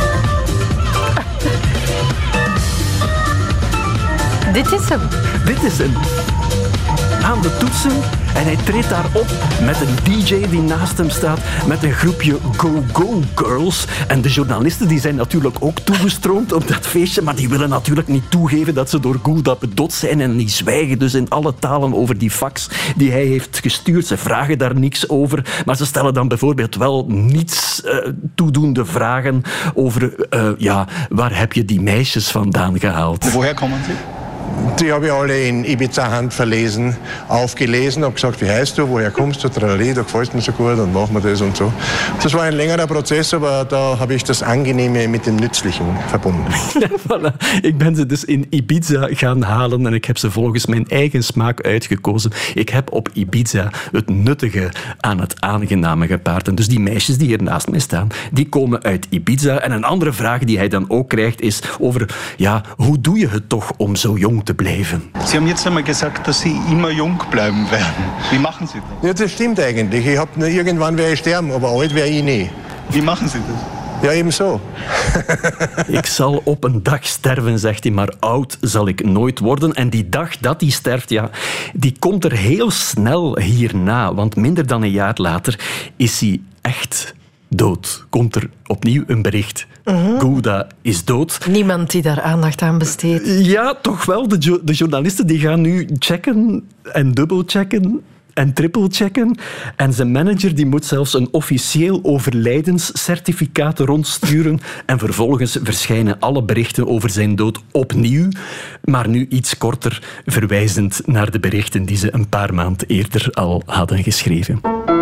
Dit is hem. Dit is hem. Aan de toetsen. En hij treedt daar op met een DJ die naast hem staat, met een groepje go-go girls. En de journalisten die zijn natuurlijk ook toegestroomd op dat feestje, maar die willen natuurlijk niet toegeven dat ze door Gulda bedot zijn en die zwijgen dus in alle talen over die fax die hij heeft gestuurd. Ze vragen daar niks over, maar ze stellen dan bijvoorbeeld wel niets toedoende vragen over waar heb je die meisjes vandaan gehaald? Woher kommen sie? Die habe ich alle in Ibiza handverlesen, aufgelesen, habe gesagt, wie heißt du, woher kommst du, tralali, du gefällst mir so gut und machen wir das und so. Das war ein längerer Prozess, aber da habe ich das Angenehme mit dem Nützlichen verbunden. Voilà. Ik ben ze dus in Ibiza gaan halen en ik heb ze volgens mijn eigen smaak uitgekozen. Ik heb op Ibiza het nuttige aan het aangename gepaard. En dus die meisjes die hier naast mij staan, die komen uit Ibiza. En een andere vraag die hij dan ook krijgt is over, hoe doe je het toch om zo jong te blijven? Sie haben jetzt einmal gesagt, dass Sie immer jung bleiben werden. Wie machen Sie das? Ja, das stimmt eigentlich. Ich hab nur irgendwann werde ich sterben, aber alt werde ich nie. Wie machen Sie das? Ja, eben zo. Ik zal op een dag sterven, zegt hij, maar oud zal ik nooit worden. En die dag dat hij sterft, die komt er heel snel hierna. Want minder dan een jaar later is hij echt dood. Komt er opnieuw een bericht. Gulda is dood. Niemand die daar aandacht aan besteedt. Ja, toch wel. De journalisten die gaan nu checken en dubbelchecken en trippelchecken. En zijn manager die moet zelfs een officieel overlijdenscertificaat rondsturen. En vervolgens verschijnen alle berichten over zijn dood opnieuw. Maar nu iets korter, verwijzend naar de berichten die ze een paar maanden eerder al hadden geschreven.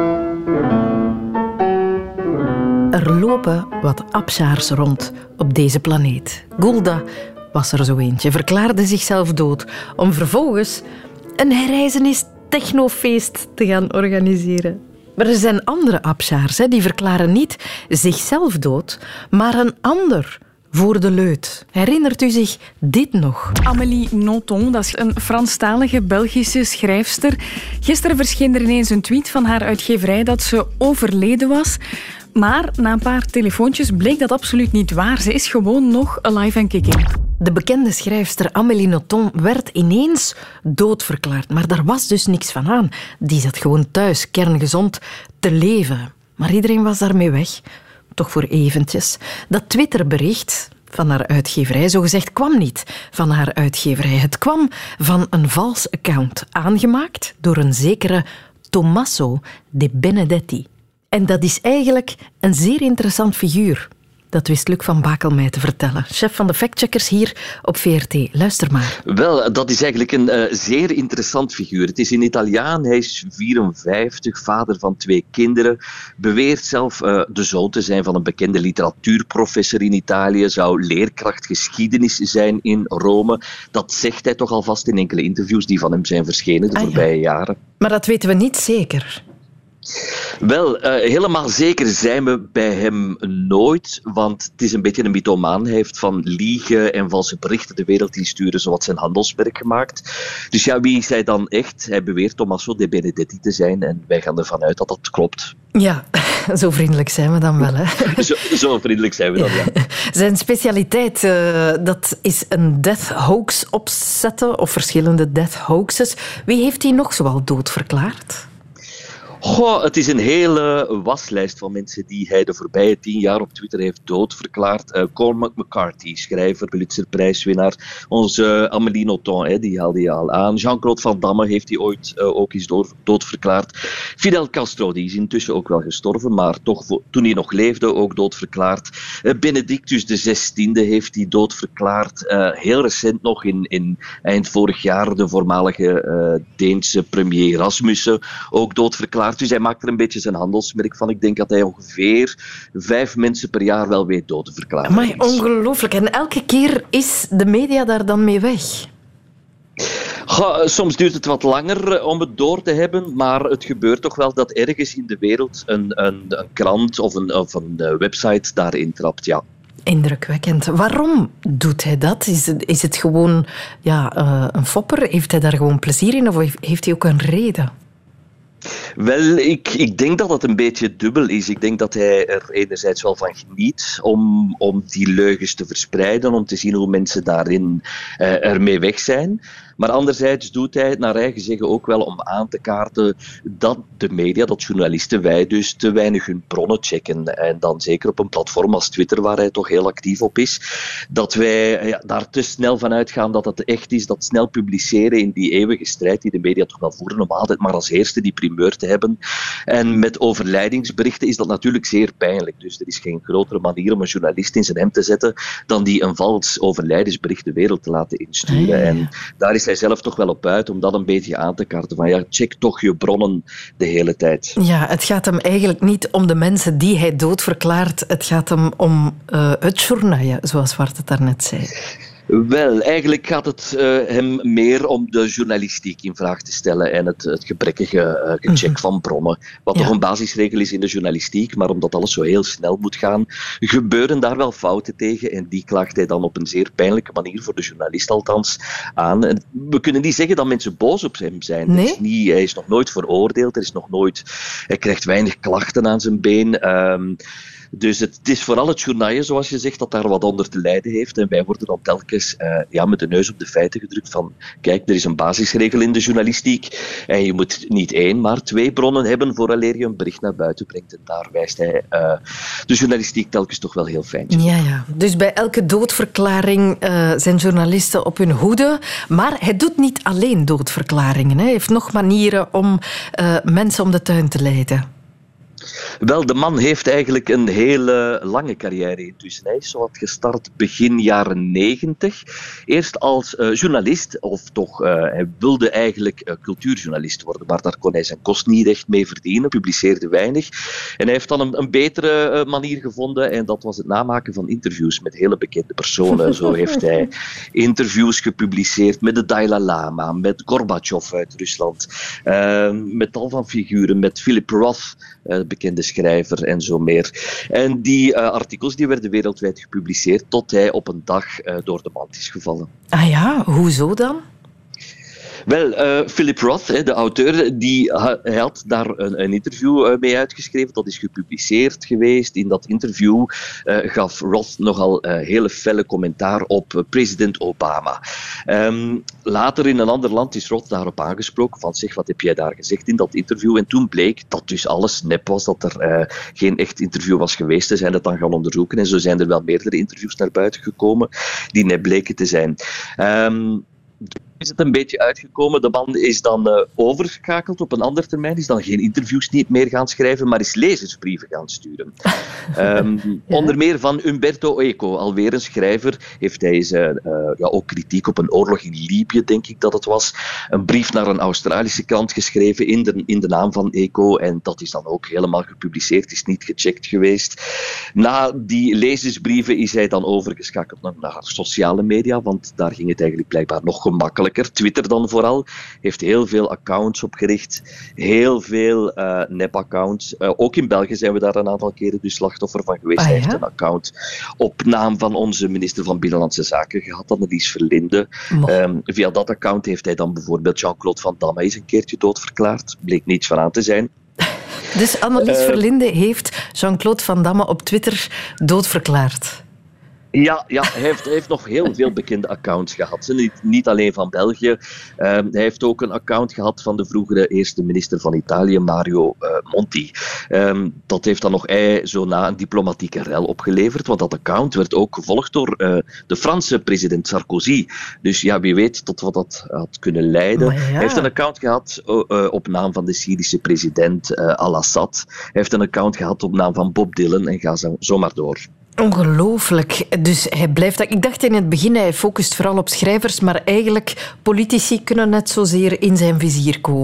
Er lopen wat abshaars rond op deze planeet. Gulda was er zo eentje, verklaarde zichzelf dood om vervolgens een herrijzenis technofeest te gaan organiseren. Maar er zijn andere abshaars, die verklaren niet zichzelf dood, maar een ander voor de leut. Herinnert u zich dit nog? Amélie Nothomb, dat is een Franstalige Belgische schrijfster. Gisteren verscheen er ineens een tweet van haar uitgeverij dat ze overleden was. Maar na een paar telefoontjes bleek dat absoluut niet waar. Ze is gewoon nog alive and kicking. De bekende schrijfster Amélie Nothomb werd ineens doodverklaard. Maar daar was dus niks van aan. Die zat gewoon thuis, kerngezond, te leven. Maar iedereen was daarmee weg. Toch voor eventjes. Dat Twitterbericht van haar uitgeverij, zogezegd, kwam niet van haar uitgeverij. Het kwam van een vals account, aangemaakt door een zekere Tommaso De Benedetti. En dat is eigenlijk een zeer interessant figuur. Dat wist Luc van Bakel mij te vertellen. Chef van de factcheckers hier op VRT. Luister maar. Wel, dat is eigenlijk een zeer interessant figuur. Het is in Italiaan, hij is 54, vader van 2 kinderen. Beweert zelf de zoon te zijn van een bekende literatuurprofessor in Italië. Zou leerkracht geschiedenis zijn in Rome. Dat zegt hij toch alvast in enkele interviews die van hem zijn verschenen de voorbije jaren. Maar dat weten we niet zeker. Wel, helemaal zeker zijn we bij hem nooit, want het is een beetje een mythomaan. Hij heeft van liegen en valse berichten de wereld insturen zowat zijn handelsmerk gemaakt. Dus wie is hij dan echt? Hij beweert Tommaso De Benedetti te zijn en wij gaan ervan uit dat dat klopt. Ja, zo vriendelijk zijn we dan wel, hè? Zo vriendelijk zijn we dan, ja. Zijn specialiteit, dat is een death hoax opzetten, of verschillende death hoaxes. Wie heeft hij nog zoal doodverklaard? Het is een hele waslijst van mensen die hij de voorbije 10 jaar op Twitter heeft doodverklaard. Cormac McCarthy, schrijver, Pulitzerprijswinnaar. Onze Amélie Nothomb, die haalde je al aan. Jean-Claude Van Damme heeft hij ooit ook eens doodverklaard. Fidel Castro, die is intussen ook wel gestorven, maar toch toen hij nog leefde ook doodverklaard. Benedictus XVI heeft hij doodverklaard. Heel recent nog, in eind vorig jaar, de voormalige Deense premier Rasmussen ook doodverklaard. Dus hij maakt er een beetje zijn handelsmerk van. Ik denk dat hij ongeveer 5 mensen per jaar wel weet dood te verklaren. Maar ongelooflijk. En elke keer is de media daar dan mee weg. Soms duurt het wat langer om het door te hebben, maar het gebeurt toch wel dat ergens in de wereld een krant of een website daarin trapt, ja. Indrukwekkend. Waarom doet hij dat? Is het gewoon een fopper? Heeft hij daar gewoon plezier in of heeft hij ook een reden? Wel, ik denk dat het een beetje dubbel is. Ik denk dat hij er enerzijds wel van geniet om die leugens te verspreiden, om te zien hoe mensen daarin ermee weg zijn. Maar anderzijds doet hij het naar eigen zeggen ook wel om aan te kaarten dat de media, dat journalisten, wij dus te weinig hun bronnen checken. En dan zeker op een platform als Twitter, waar hij toch heel actief op is, dat wij daar te snel van uitgaan dat het echt is, dat snel publiceren in die eeuwige strijd die de media toch wel voeren om altijd maar als eerste die primeur te hebben. En met overlijdingsberichten is dat natuurlijk zeer pijnlijk. Dus er is geen grotere manier om een journalist in zijn hemd te zetten dan die een vals overlijdensbericht de wereld te laten insturen. En daar is hij zelf toch wel op uit om dat een beetje aan te kaarten. Van check toch je bronnen de hele tijd. Ja, het gaat hem eigenlijk niet om de mensen die hij doodverklaart. Het gaat hem om het journaal, zoals Wart het daarnet zei. Wel, eigenlijk gaat het hem meer om de journalistiek in vraag te stellen en het gebrekkige gecheck van bronnen. Wat toch een basisregel is in de journalistiek, maar omdat alles zo heel snel moet gaan, gebeuren daar wel fouten tegen en die klaagt hij dan op een zeer pijnlijke manier, voor de journalist althans, aan. En we kunnen niet zeggen dat mensen boos op hem zijn. Nee? Hij is nog nooit veroordeeld, hij krijgt weinig klachten aan zijn been. Dus het is vooral het journaal, zoals je zegt, dat daar wat onder te lijden heeft. En wij worden dan telkens met de neus op de feiten gedrukt van kijk, er is een basisregel in de journalistiek en je moet niet 1, maar 2 bronnen hebben vooraleer je een bericht naar buiten brengt. En daar wijst hij de journalistiek telkens toch wel heel fijn. Ja. Dus bij elke doodverklaring zijn journalisten op hun hoede. Maar hij doet niet alleen doodverklaringen. Hij heeft nog manieren om mensen om de tuin te leiden. Wel, de man heeft eigenlijk een hele lange carrière intussen. Hij is zo wat gestart begin jaren 90. Eerst als journalist, of toch, hij wilde eigenlijk cultuurjournalist worden, maar daar kon hij zijn kost niet echt mee verdienen, publiceerde weinig. En hij heeft dan een betere manier gevonden en dat was het namaken van interviews met hele bekende personen. Zo heeft hij interviews gepubliceerd met de Dalai Lama, met Gorbachev uit Rusland, met tal van figuren, met Philip Roth, bekende schrijver en zo meer. En die artikels die werden wereldwijd gepubliceerd tot hij op een dag door de mand is gevallen. Ah ja, hoezo dan? Wel, Philip Roth, de auteur, hij had daar een interview mee uitgeschreven. Dat is gepubliceerd geweest. In dat interview gaf Roth nogal hele felle commentaar op president Obama. Later in een ander land is Roth daarop aangesproken van zeg, wat heb jij daar gezegd in dat interview? En toen bleek dat dus alles nep was, dat er geen echt interview was geweest. Ze zijn dat dan gaan onderzoeken en zo zijn er wel meerdere interviews naar buiten gekomen die nep bleken te zijn. Is het een beetje uitgekomen. De man is dan overgeschakeld op een ander termijn, is dan geen interviews niet meer gaan schrijven, maar is lezersbrieven gaan sturen. Onder meer van Umberto Eco, alweer een schrijver, heeft hij eens, ook kritiek op een oorlog in Libië, denk ik dat het was. Een brief naar een Australische krant geschreven in de naam van Eco en dat is dan ook helemaal gepubliceerd, is niet gecheckt geweest. Na die lezersbrieven is hij dan overgeschakeld naar sociale media, want daar ging het eigenlijk blijkbaar nog gemakkelijker. Twitter dan vooral, heeft heel veel accounts opgericht, heel veel nep-accounts. Ook in België zijn we daar een aantal keren dus slachtoffer van geweest. Hij heeft een account op naam van onze minister van Binnenlandse Zaken gehad, Annelies Verlinde. Via dat account heeft hij dan bijvoorbeeld Jean-Claude Van Damme eens een keertje doodverklaard. Bleek niets van aan te zijn. Dus Annelies Verlinde heeft Jean-Claude Van Damme op Twitter doodverklaard. Ja, hij heeft nog heel veel bekende accounts gehad. Niet alleen van België. Hij heeft ook een account gehad van de vroegere eerste minister van Italië, Mario Monti. Dat heeft dan nog zo na een diplomatieke rel opgeleverd, want dat account werd ook gevolgd door de Franse president Sarkozy. Dus ja, wie weet tot wat dat had kunnen leiden. Ja. Hij heeft een account gehad op naam van de Syrische president Al-Assad. Hij heeft een account gehad op naam van Bob Dylan en ga zo maar door. Ongelooflijk. Dus hij blijft... Ik dacht in het begin, hij focust vooral op schrijvers, maar eigenlijk politici kunnen net zozeer in zijn vizier komen.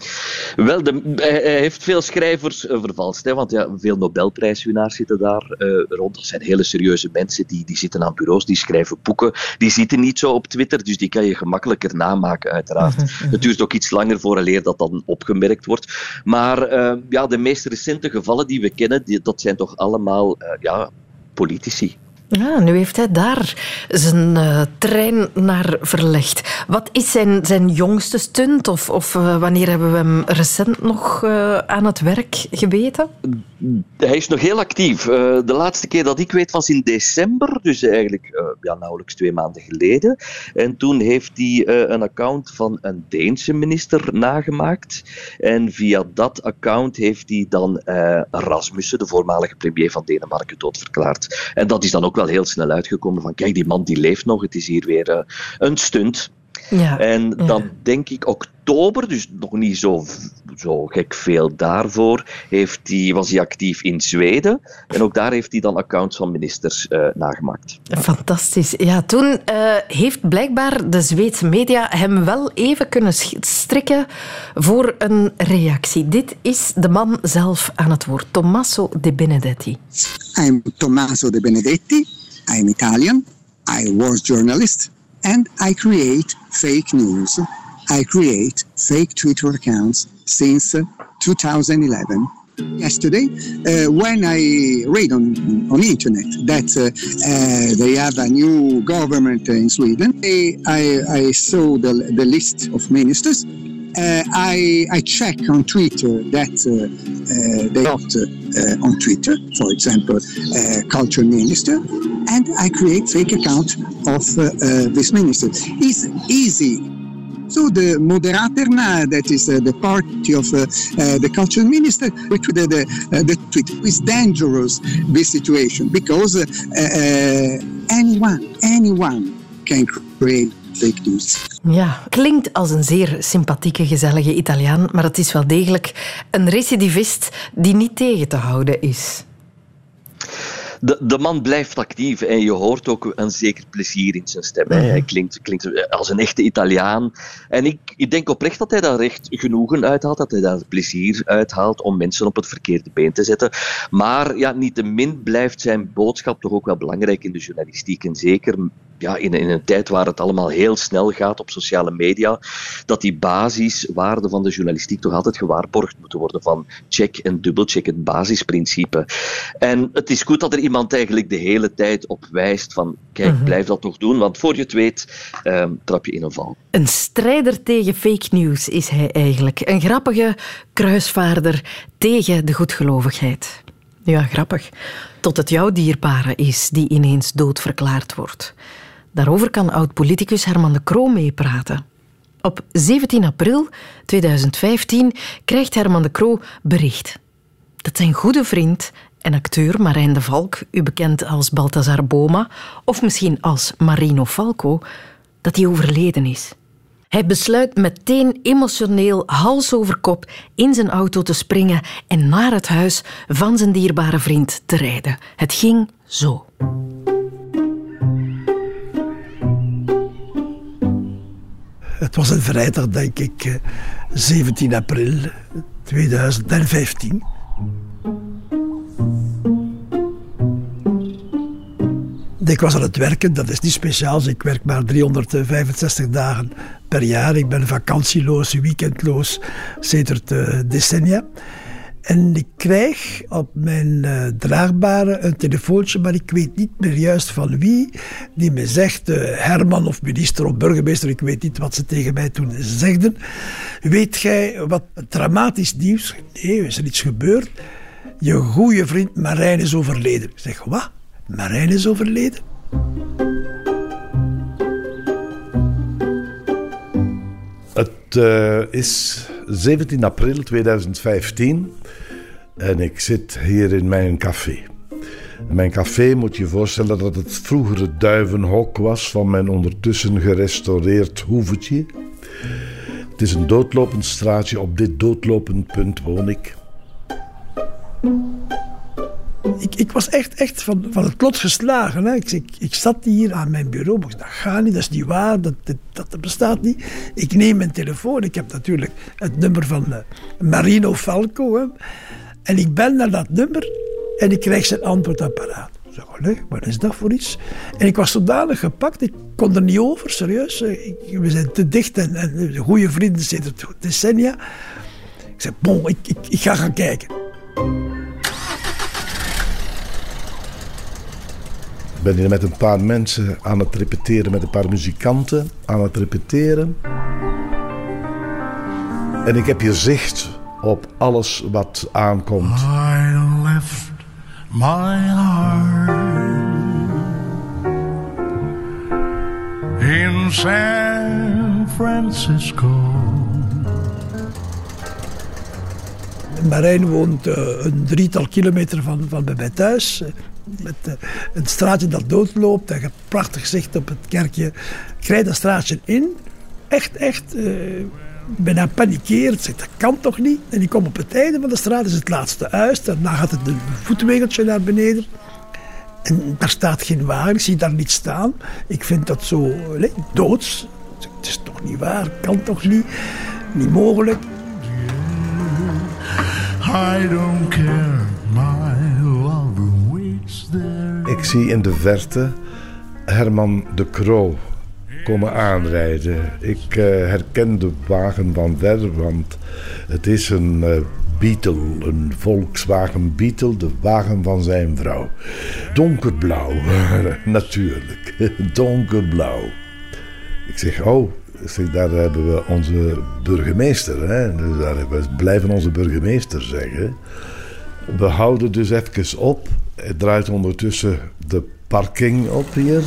Wel, hij heeft veel schrijvers vervalst, hè, want veel Nobelprijswinnaars zitten daar rond. Dat zijn hele serieuze mensen, die zitten aan bureaus, die schrijven boeken. Die zitten niet zo op Twitter, dus die kan je gemakkelijker namaken, uiteraard. Het duurt ook iets langer vooraleer dat dan opgemerkt wordt. Maar de meest recente gevallen die we kennen, dat zijn toch allemaal politici. Ja, nu heeft hij daar zijn trein naar verlegd. Wat is zijn jongste stunt? Of wanneer hebben we hem recent nog aan het werk geweten? Hij is nog heel actief. De laatste keer dat ik weet was in december, dus eigenlijk nauwelijks 2 maanden geleden. En toen heeft hij een account van een Deense minister nagemaakt. En via dat account heeft hij dan Rasmussen, de voormalige premier van Denemarken, doodverklaard. En dat is dan ook wel heel snel uitgekomen van, kijk, die man die leeft nog, het is hier weer een stunt. Ja, en dan denk ik oktober, dus nog niet zo gek veel daarvoor, was hij actief in Zweden. En ook daar heeft hij dan accounts van ministers nagemaakt. Fantastisch. Ja, toen heeft blijkbaar de Zweedse media hem wel even kunnen strikken voor een reactie. Dit is de man zelf aan het woord, Tommaso De Benedetti. I'm Tommaso De Benedetti. I'm Italian. I was journalist. And I create fake news. I create fake Twitter accounts since 2011. Yesterday, when I read on internet that they have a new government in Sweden, I saw the list of ministers. I check on Twitter that they got on Twitter, for example, culture minister, and I create fake account of this minister. It's easy. So the Moderaterna, that is the party of the culture minister, which the tweet is dangerous, this situation, because anyone can create fake news. Ja, klinkt als een zeer sympathieke, gezellige Italiaan, maar het is wel degelijk een recidivist die niet tegen te houden is. De man blijft actief en je hoort ook een zeker plezier in zijn stem. Hij klinkt als een echte Italiaan. En ik denk oprecht dat hij daar echt genoegen uithaalt, dat hij daar plezier uithaalt om mensen op het verkeerde been te zetten. Maar niettemin blijft zijn boodschap toch ook wel belangrijk in de journalistiek. En zeker in een tijd waar het allemaal heel snel gaat op sociale media, dat die basiswaarden van de journalistiek toch altijd gewaarborgd moeten worden van check en dubbelcheck, het basisprincipe. En het is goed dat er iemand eigenlijk de hele tijd op wijst van kijk, blijf dat toch doen, want voor je het weet trap je in een val. Een strijder tegen fake news is hij eigenlijk. Een grappige kruisvaarder tegen de goedgelovigheid. Ja, grappig. Tot het jouw dierbare is die ineens doodverklaard wordt. Daarover kan oud-politicus Herman de Croo meepraten. Op 17 april 2015 krijgt Herman de Croo bericht dat zijn goede vriend en acteur Marijn de Valk, u bekend als Balthazar Boma of misschien als Marino Falco, dat hij overleden is. Hij besluit meteen emotioneel hals over kop in zijn auto te springen en naar het huis van zijn dierbare vriend te rijden. Het ging zo. Het was een vrijdag, denk ik, 17 april 2015. Ik was aan het werken, dat is niet speciaal. Ik werk maar 365 dagen per jaar. Ik ben vakantieloos, weekendloos, sedert decennia. En ik krijg op mijn draagbare een telefoontje, maar ik weet niet meer juist van wie, die me zegt, Herman of minister of burgemeester, ik weet niet wat ze tegen mij toen zegden. Weet jij wat dramatisch nieuws? Nee, is er iets gebeurd? Je goede vriend Marijn is overleden. Ik zeg, wat? Marijn is overleden? Het is 17 april 2015 en ik zit hier in mijn café. Mijn café, moet je je voorstellen dat het vroegere duivenhok was van mijn ondertussen gerestaureerd hoevetje. Het is een doodlopend straatje, op dit doodlopend punt woon ik. Ik was echt van het lot geslagen. Hè. Ik zat hier aan mijn bureau. Ik dacht, dat gaat niet, dat is niet waar, dat bestaat niet. Ik neem mijn telefoon. Ik heb natuurlijk het nummer van Marino Falco. Hè. En ik bel naar dat nummer en ik krijg zijn antwoordapparaat. Ik zeg, allee, wat is dat voor iets? En ik was zodanig gepakt, ik kon er niet over, serieus. We zijn te dicht en goede vrienden sinds decennia. Ik zeg, bon, ik ga gaan kijken. Ik ben hier met een paar mensen aan het repeteren, met een paar muzikanten aan het repeteren. En ik heb hier zicht op alles wat aankomt. I left my heart in San Francisco. Marijn woont een 3-tal kilometer van bij mij thuis. Met een straatje dat doodloopt. En je hebt prachtig zicht op het kerkje. Ik rijd dat straatje in. Echt. Bijna panikeerd. Zeg, dat kan toch niet? En ik kom op het einde van de straat. Dat is het laatste huis. Daarna gaat het een voetwegeltje naar beneden. En daar staat geen wagen. Ik zie daar niet staan. Ik vind dat zo doods. Het is toch niet waar? Kan toch niet? Niet mogelijk. I don't care, my love waits there. Ik zie in de verte Herman de Croo komen aanrijden. Ik herken de wagen van ver, want het is een Beetle, een Volkswagen Beetle, de wagen van zijn vrouw. Donkerblauw, natuurlijk, donkerblauw. Ik zeg, daar hebben we onze burgemeester. Hè? Dus we blijven onze burgemeester zeggen. We houden dus even op. Hij draait ondertussen de parking op hier.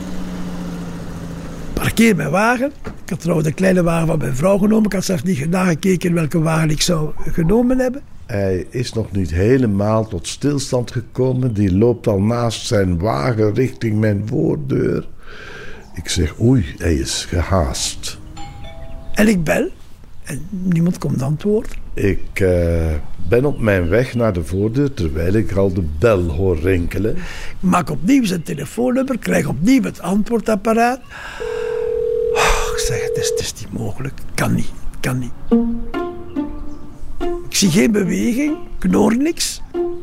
Parkeer mijn wagen. Ik had trouwens de kleine wagen van mijn vrouw genomen. Ik had zelfs niet nagekeken welke wagen ik zou genomen hebben. Hij is nog niet helemaal tot stilstand gekomen. Die loopt al naast zijn wagen richting mijn voordeur. Ik zeg, oei, hij is gehaast. En ik bel. En niemand komt antwoorden. Ik ben op mijn weg naar de voordeur, terwijl ik al de bel hoor rinkelen. Ik maak opnieuw zijn telefoonnummer, krijg opnieuw het antwoordapparaat. Ik zeg, het is niet mogelijk. Kan niet. Ik zie geen beweging, ik hoor niks.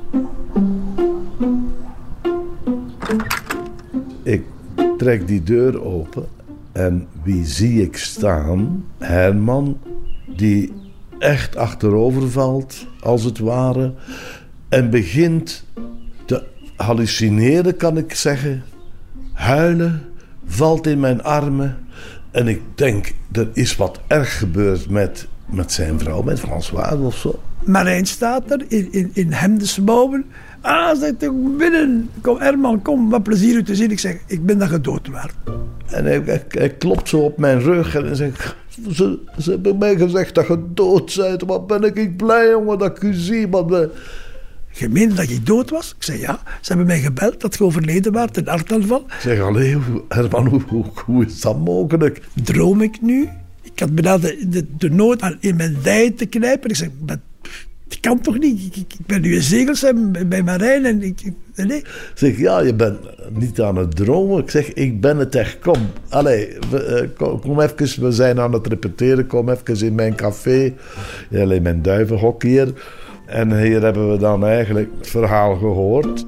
Ik trek die deur open en wie zie ik staan? Herman, die echt achterover valt, als het ware, en begint te hallucineren, kan ik zeggen. Huilen, valt in mijn armen en ik denk, er is wat erg gebeurd met zijn vrouw, met Françoise of zo. Marijn staat er in hemdensmouwen. Zegt hij, binnen. Kom Herman, kom, wat plezier u te zien. Ik zeg, ik ben dat gedood waard. En hij klopt zo op mijn rug en hij zegt, ze hebben mij gezegd dat je dood bent. Wat ben ik blij, jongen, dat ik u zie. Je meende dat ik dood was? Ik zei, ja. Ze hebben mij gebeld dat je overleden waart, een hartaanval. Ik zeg, allee, Herman, hoe is dat mogelijk? Droom ik nu? Ik had bijna de nood in mijn dij te knijpen. Ik zeg, dat kan toch niet? Ik ben nu in Zegels bij Marijn en nee. Ik zeg, ja, je bent niet aan het dromen. Ik zeg, ik ben het echt. Kom, kom even, we zijn aan het repeteren. Kom even in mijn café. In mijn duivenhok hier. En hier hebben we dan eigenlijk het verhaal gehoord.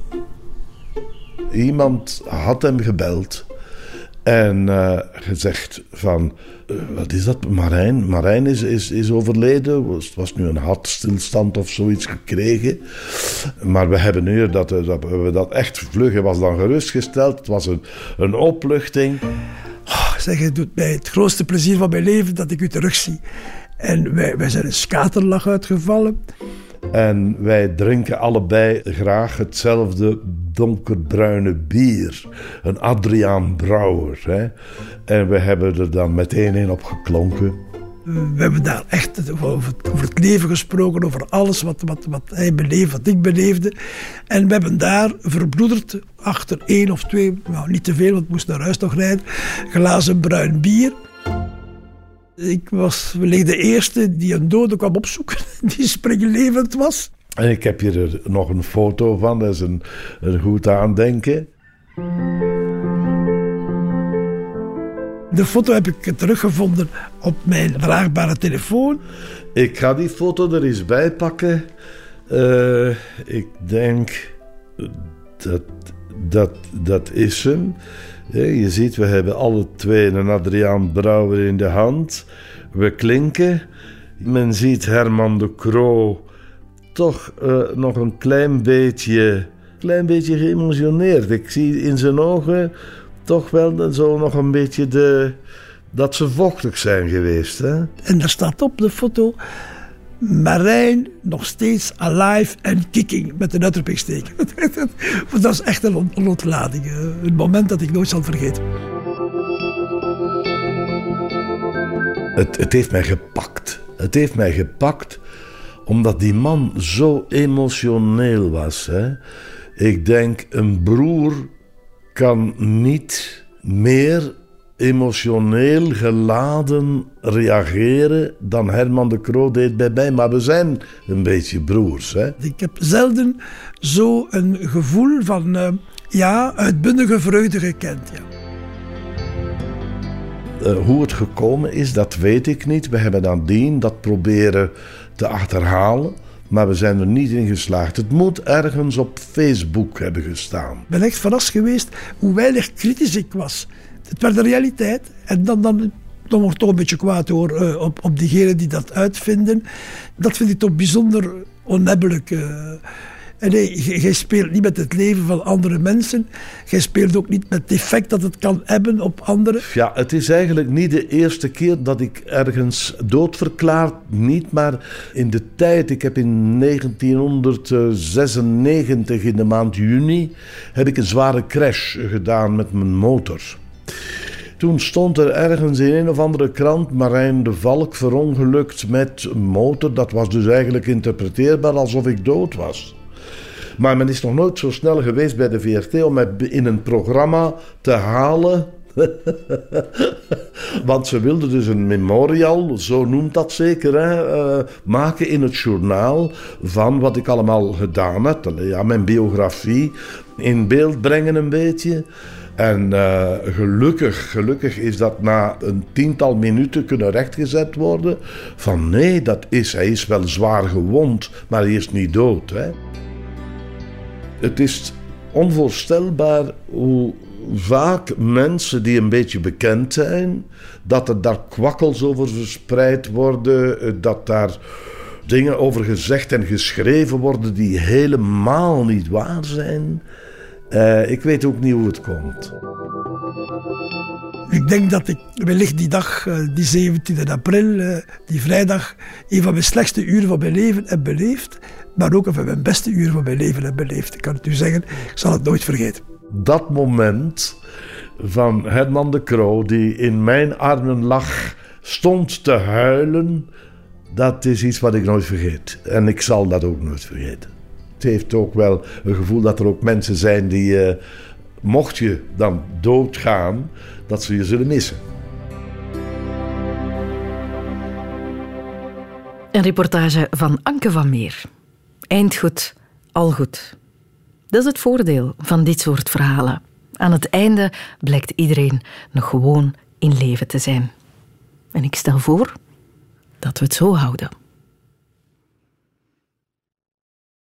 Iemand had hem gebeld. En gezegd van, wat is dat? Marijn is overleden. Het was nu een hartstilstand of zoiets gekregen. Maar we hebben nu dat echt vlug. Hij was dan gerustgesteld. Het was een opluchting. Zeg, het doet mij het grootste plezier van mijn leven dat ik u terugzie. En wij zijn een schaterlach uitgevallen. En wij drinken allebei graag hetzelfde donkerbruine bier. Een Adriaan Brouwer. Hè? En we hebben er dan meteen in op geklonken. We hebben daar echt over het leven gesproken, over alles wat hij beleefde, wat ik beleefde. En we hebben daar verbroederd achter 1 of 2, nou niet te veel, want ik moest naar huis nog rijden, glazen bruin bier. Ik was wellicht de eerste die een dode kwam opzoeken, die springlevend was. En ik heb hier nog een foto van, dat is een goed aandenken. De foto heb ik teruggevonden op mijn draagbare telefoon. Ik ga die foto er eens bij pakken. Ik denk dat is hem. Je ziet, we hebben alle twee een Adriaan Brouwer in de hand. We klinken. Men ziet Herman de Croo toch nog een klein beetje geëmotioneerd. Ik zie in zijn ogen toch wel zo nog een beetje dat ze vochtig zijn geweest. Hè? En daar staat op de foto: Marijn nog steeds alive and kicking, met een uitroepingsteken. Dat is echt een ontlading. Een moment dat ik nooit zal vergeten. Het heeft mij gepakt. Het heeft mij gepakt omdat die man zo emotioneel was. Hè? Ik denk, een broer kan niet meer emotioneel geladen reageren dan Herman de Croo deed bij mij. Maar we zijn een beetje broers. Hè? Ik heb zelden zo een gevoel van uitbundige vreugde gekend. Ja. Hoe het gekomen is, dat weet ik niet. We hebben nadien dat proberen te achterhalen, maar we zijn er niet in geslaagd. Het moet ergens op Facebook hebben gestaan. Ik ben echt verrast geweest hoe weinig kritisch ik was. Het werd de realiteit. En dan word ik toch een beetje kwaad hoor, op diegenen die dat uitvinden. Dat vind ik toch bijzonder onhebbelijk. En nee, jij speelt niet met het leven van andere mensen. Jij speelt ook niet met het effect dat het kan hebben op anderen. Ja, het is eigenlijk niet de eerste keer dat ik ergens doodverklaard. Niet, maar in de tijd. Ik heb in 1996 in de maand juni heb ik een zware crash gedaan met mijn motor. Toen stond er ergens in een of andere krant Marijn de Valk verongelukt met een motor. Dat was dus eigenlijk interpreteerbaar alsof ik dood was. Maar men is nog nooit zo snel geweest bij de VRT om mij in een programma te halen. Want ze wilden dus een memorial, zo noemt dat zeker, maken in het journaal van wat ik allemaal gedaan heb. Ja, mijn biografie in beeld brengen een beetje. En gelukkig is dat na een 10-tal minuten kunnen rechtgezet worden. Van nee, hij is wel zwaar gewond, maar hij is niet dood. Hè. Het is onvoorstelbaar hoe vaak mensen die een beetje bekend zijn, dat er daar kwakkels over verspreid worden, dat daar dingen over gezegd en geschreven worden die helemaal niet waar zijn. Ik weet ook niet hoe het komt. Ik denk dat ik wellicht die dag, die 17 april, die vrijdag, een van mijn slechtste uren van mijn leven heb beleefd, maar ook een van mijn beste uren van mijn leven heb beleefd. Ik kan het u zeggen, ik zal het nooit vergeten. Dat moment van Herman de Croo, die in mijn armen lag, stond te huilen, dat is iets wat ik nooit vergeet. En ik zal dat ook nooit vergeten. Het heeft ook wel een gevoel dat er ook mensen zijn die, mocht je dan doodgaan, dat ze je zullen missen. Een reportage van Anke van Meer. Eind goed, al goed. Dat is het voordeel van dit soort verhalen. Aan het einde blijkt iedereen nog gewoon in leven te zijn. En ik stel voor dat we het zo houden.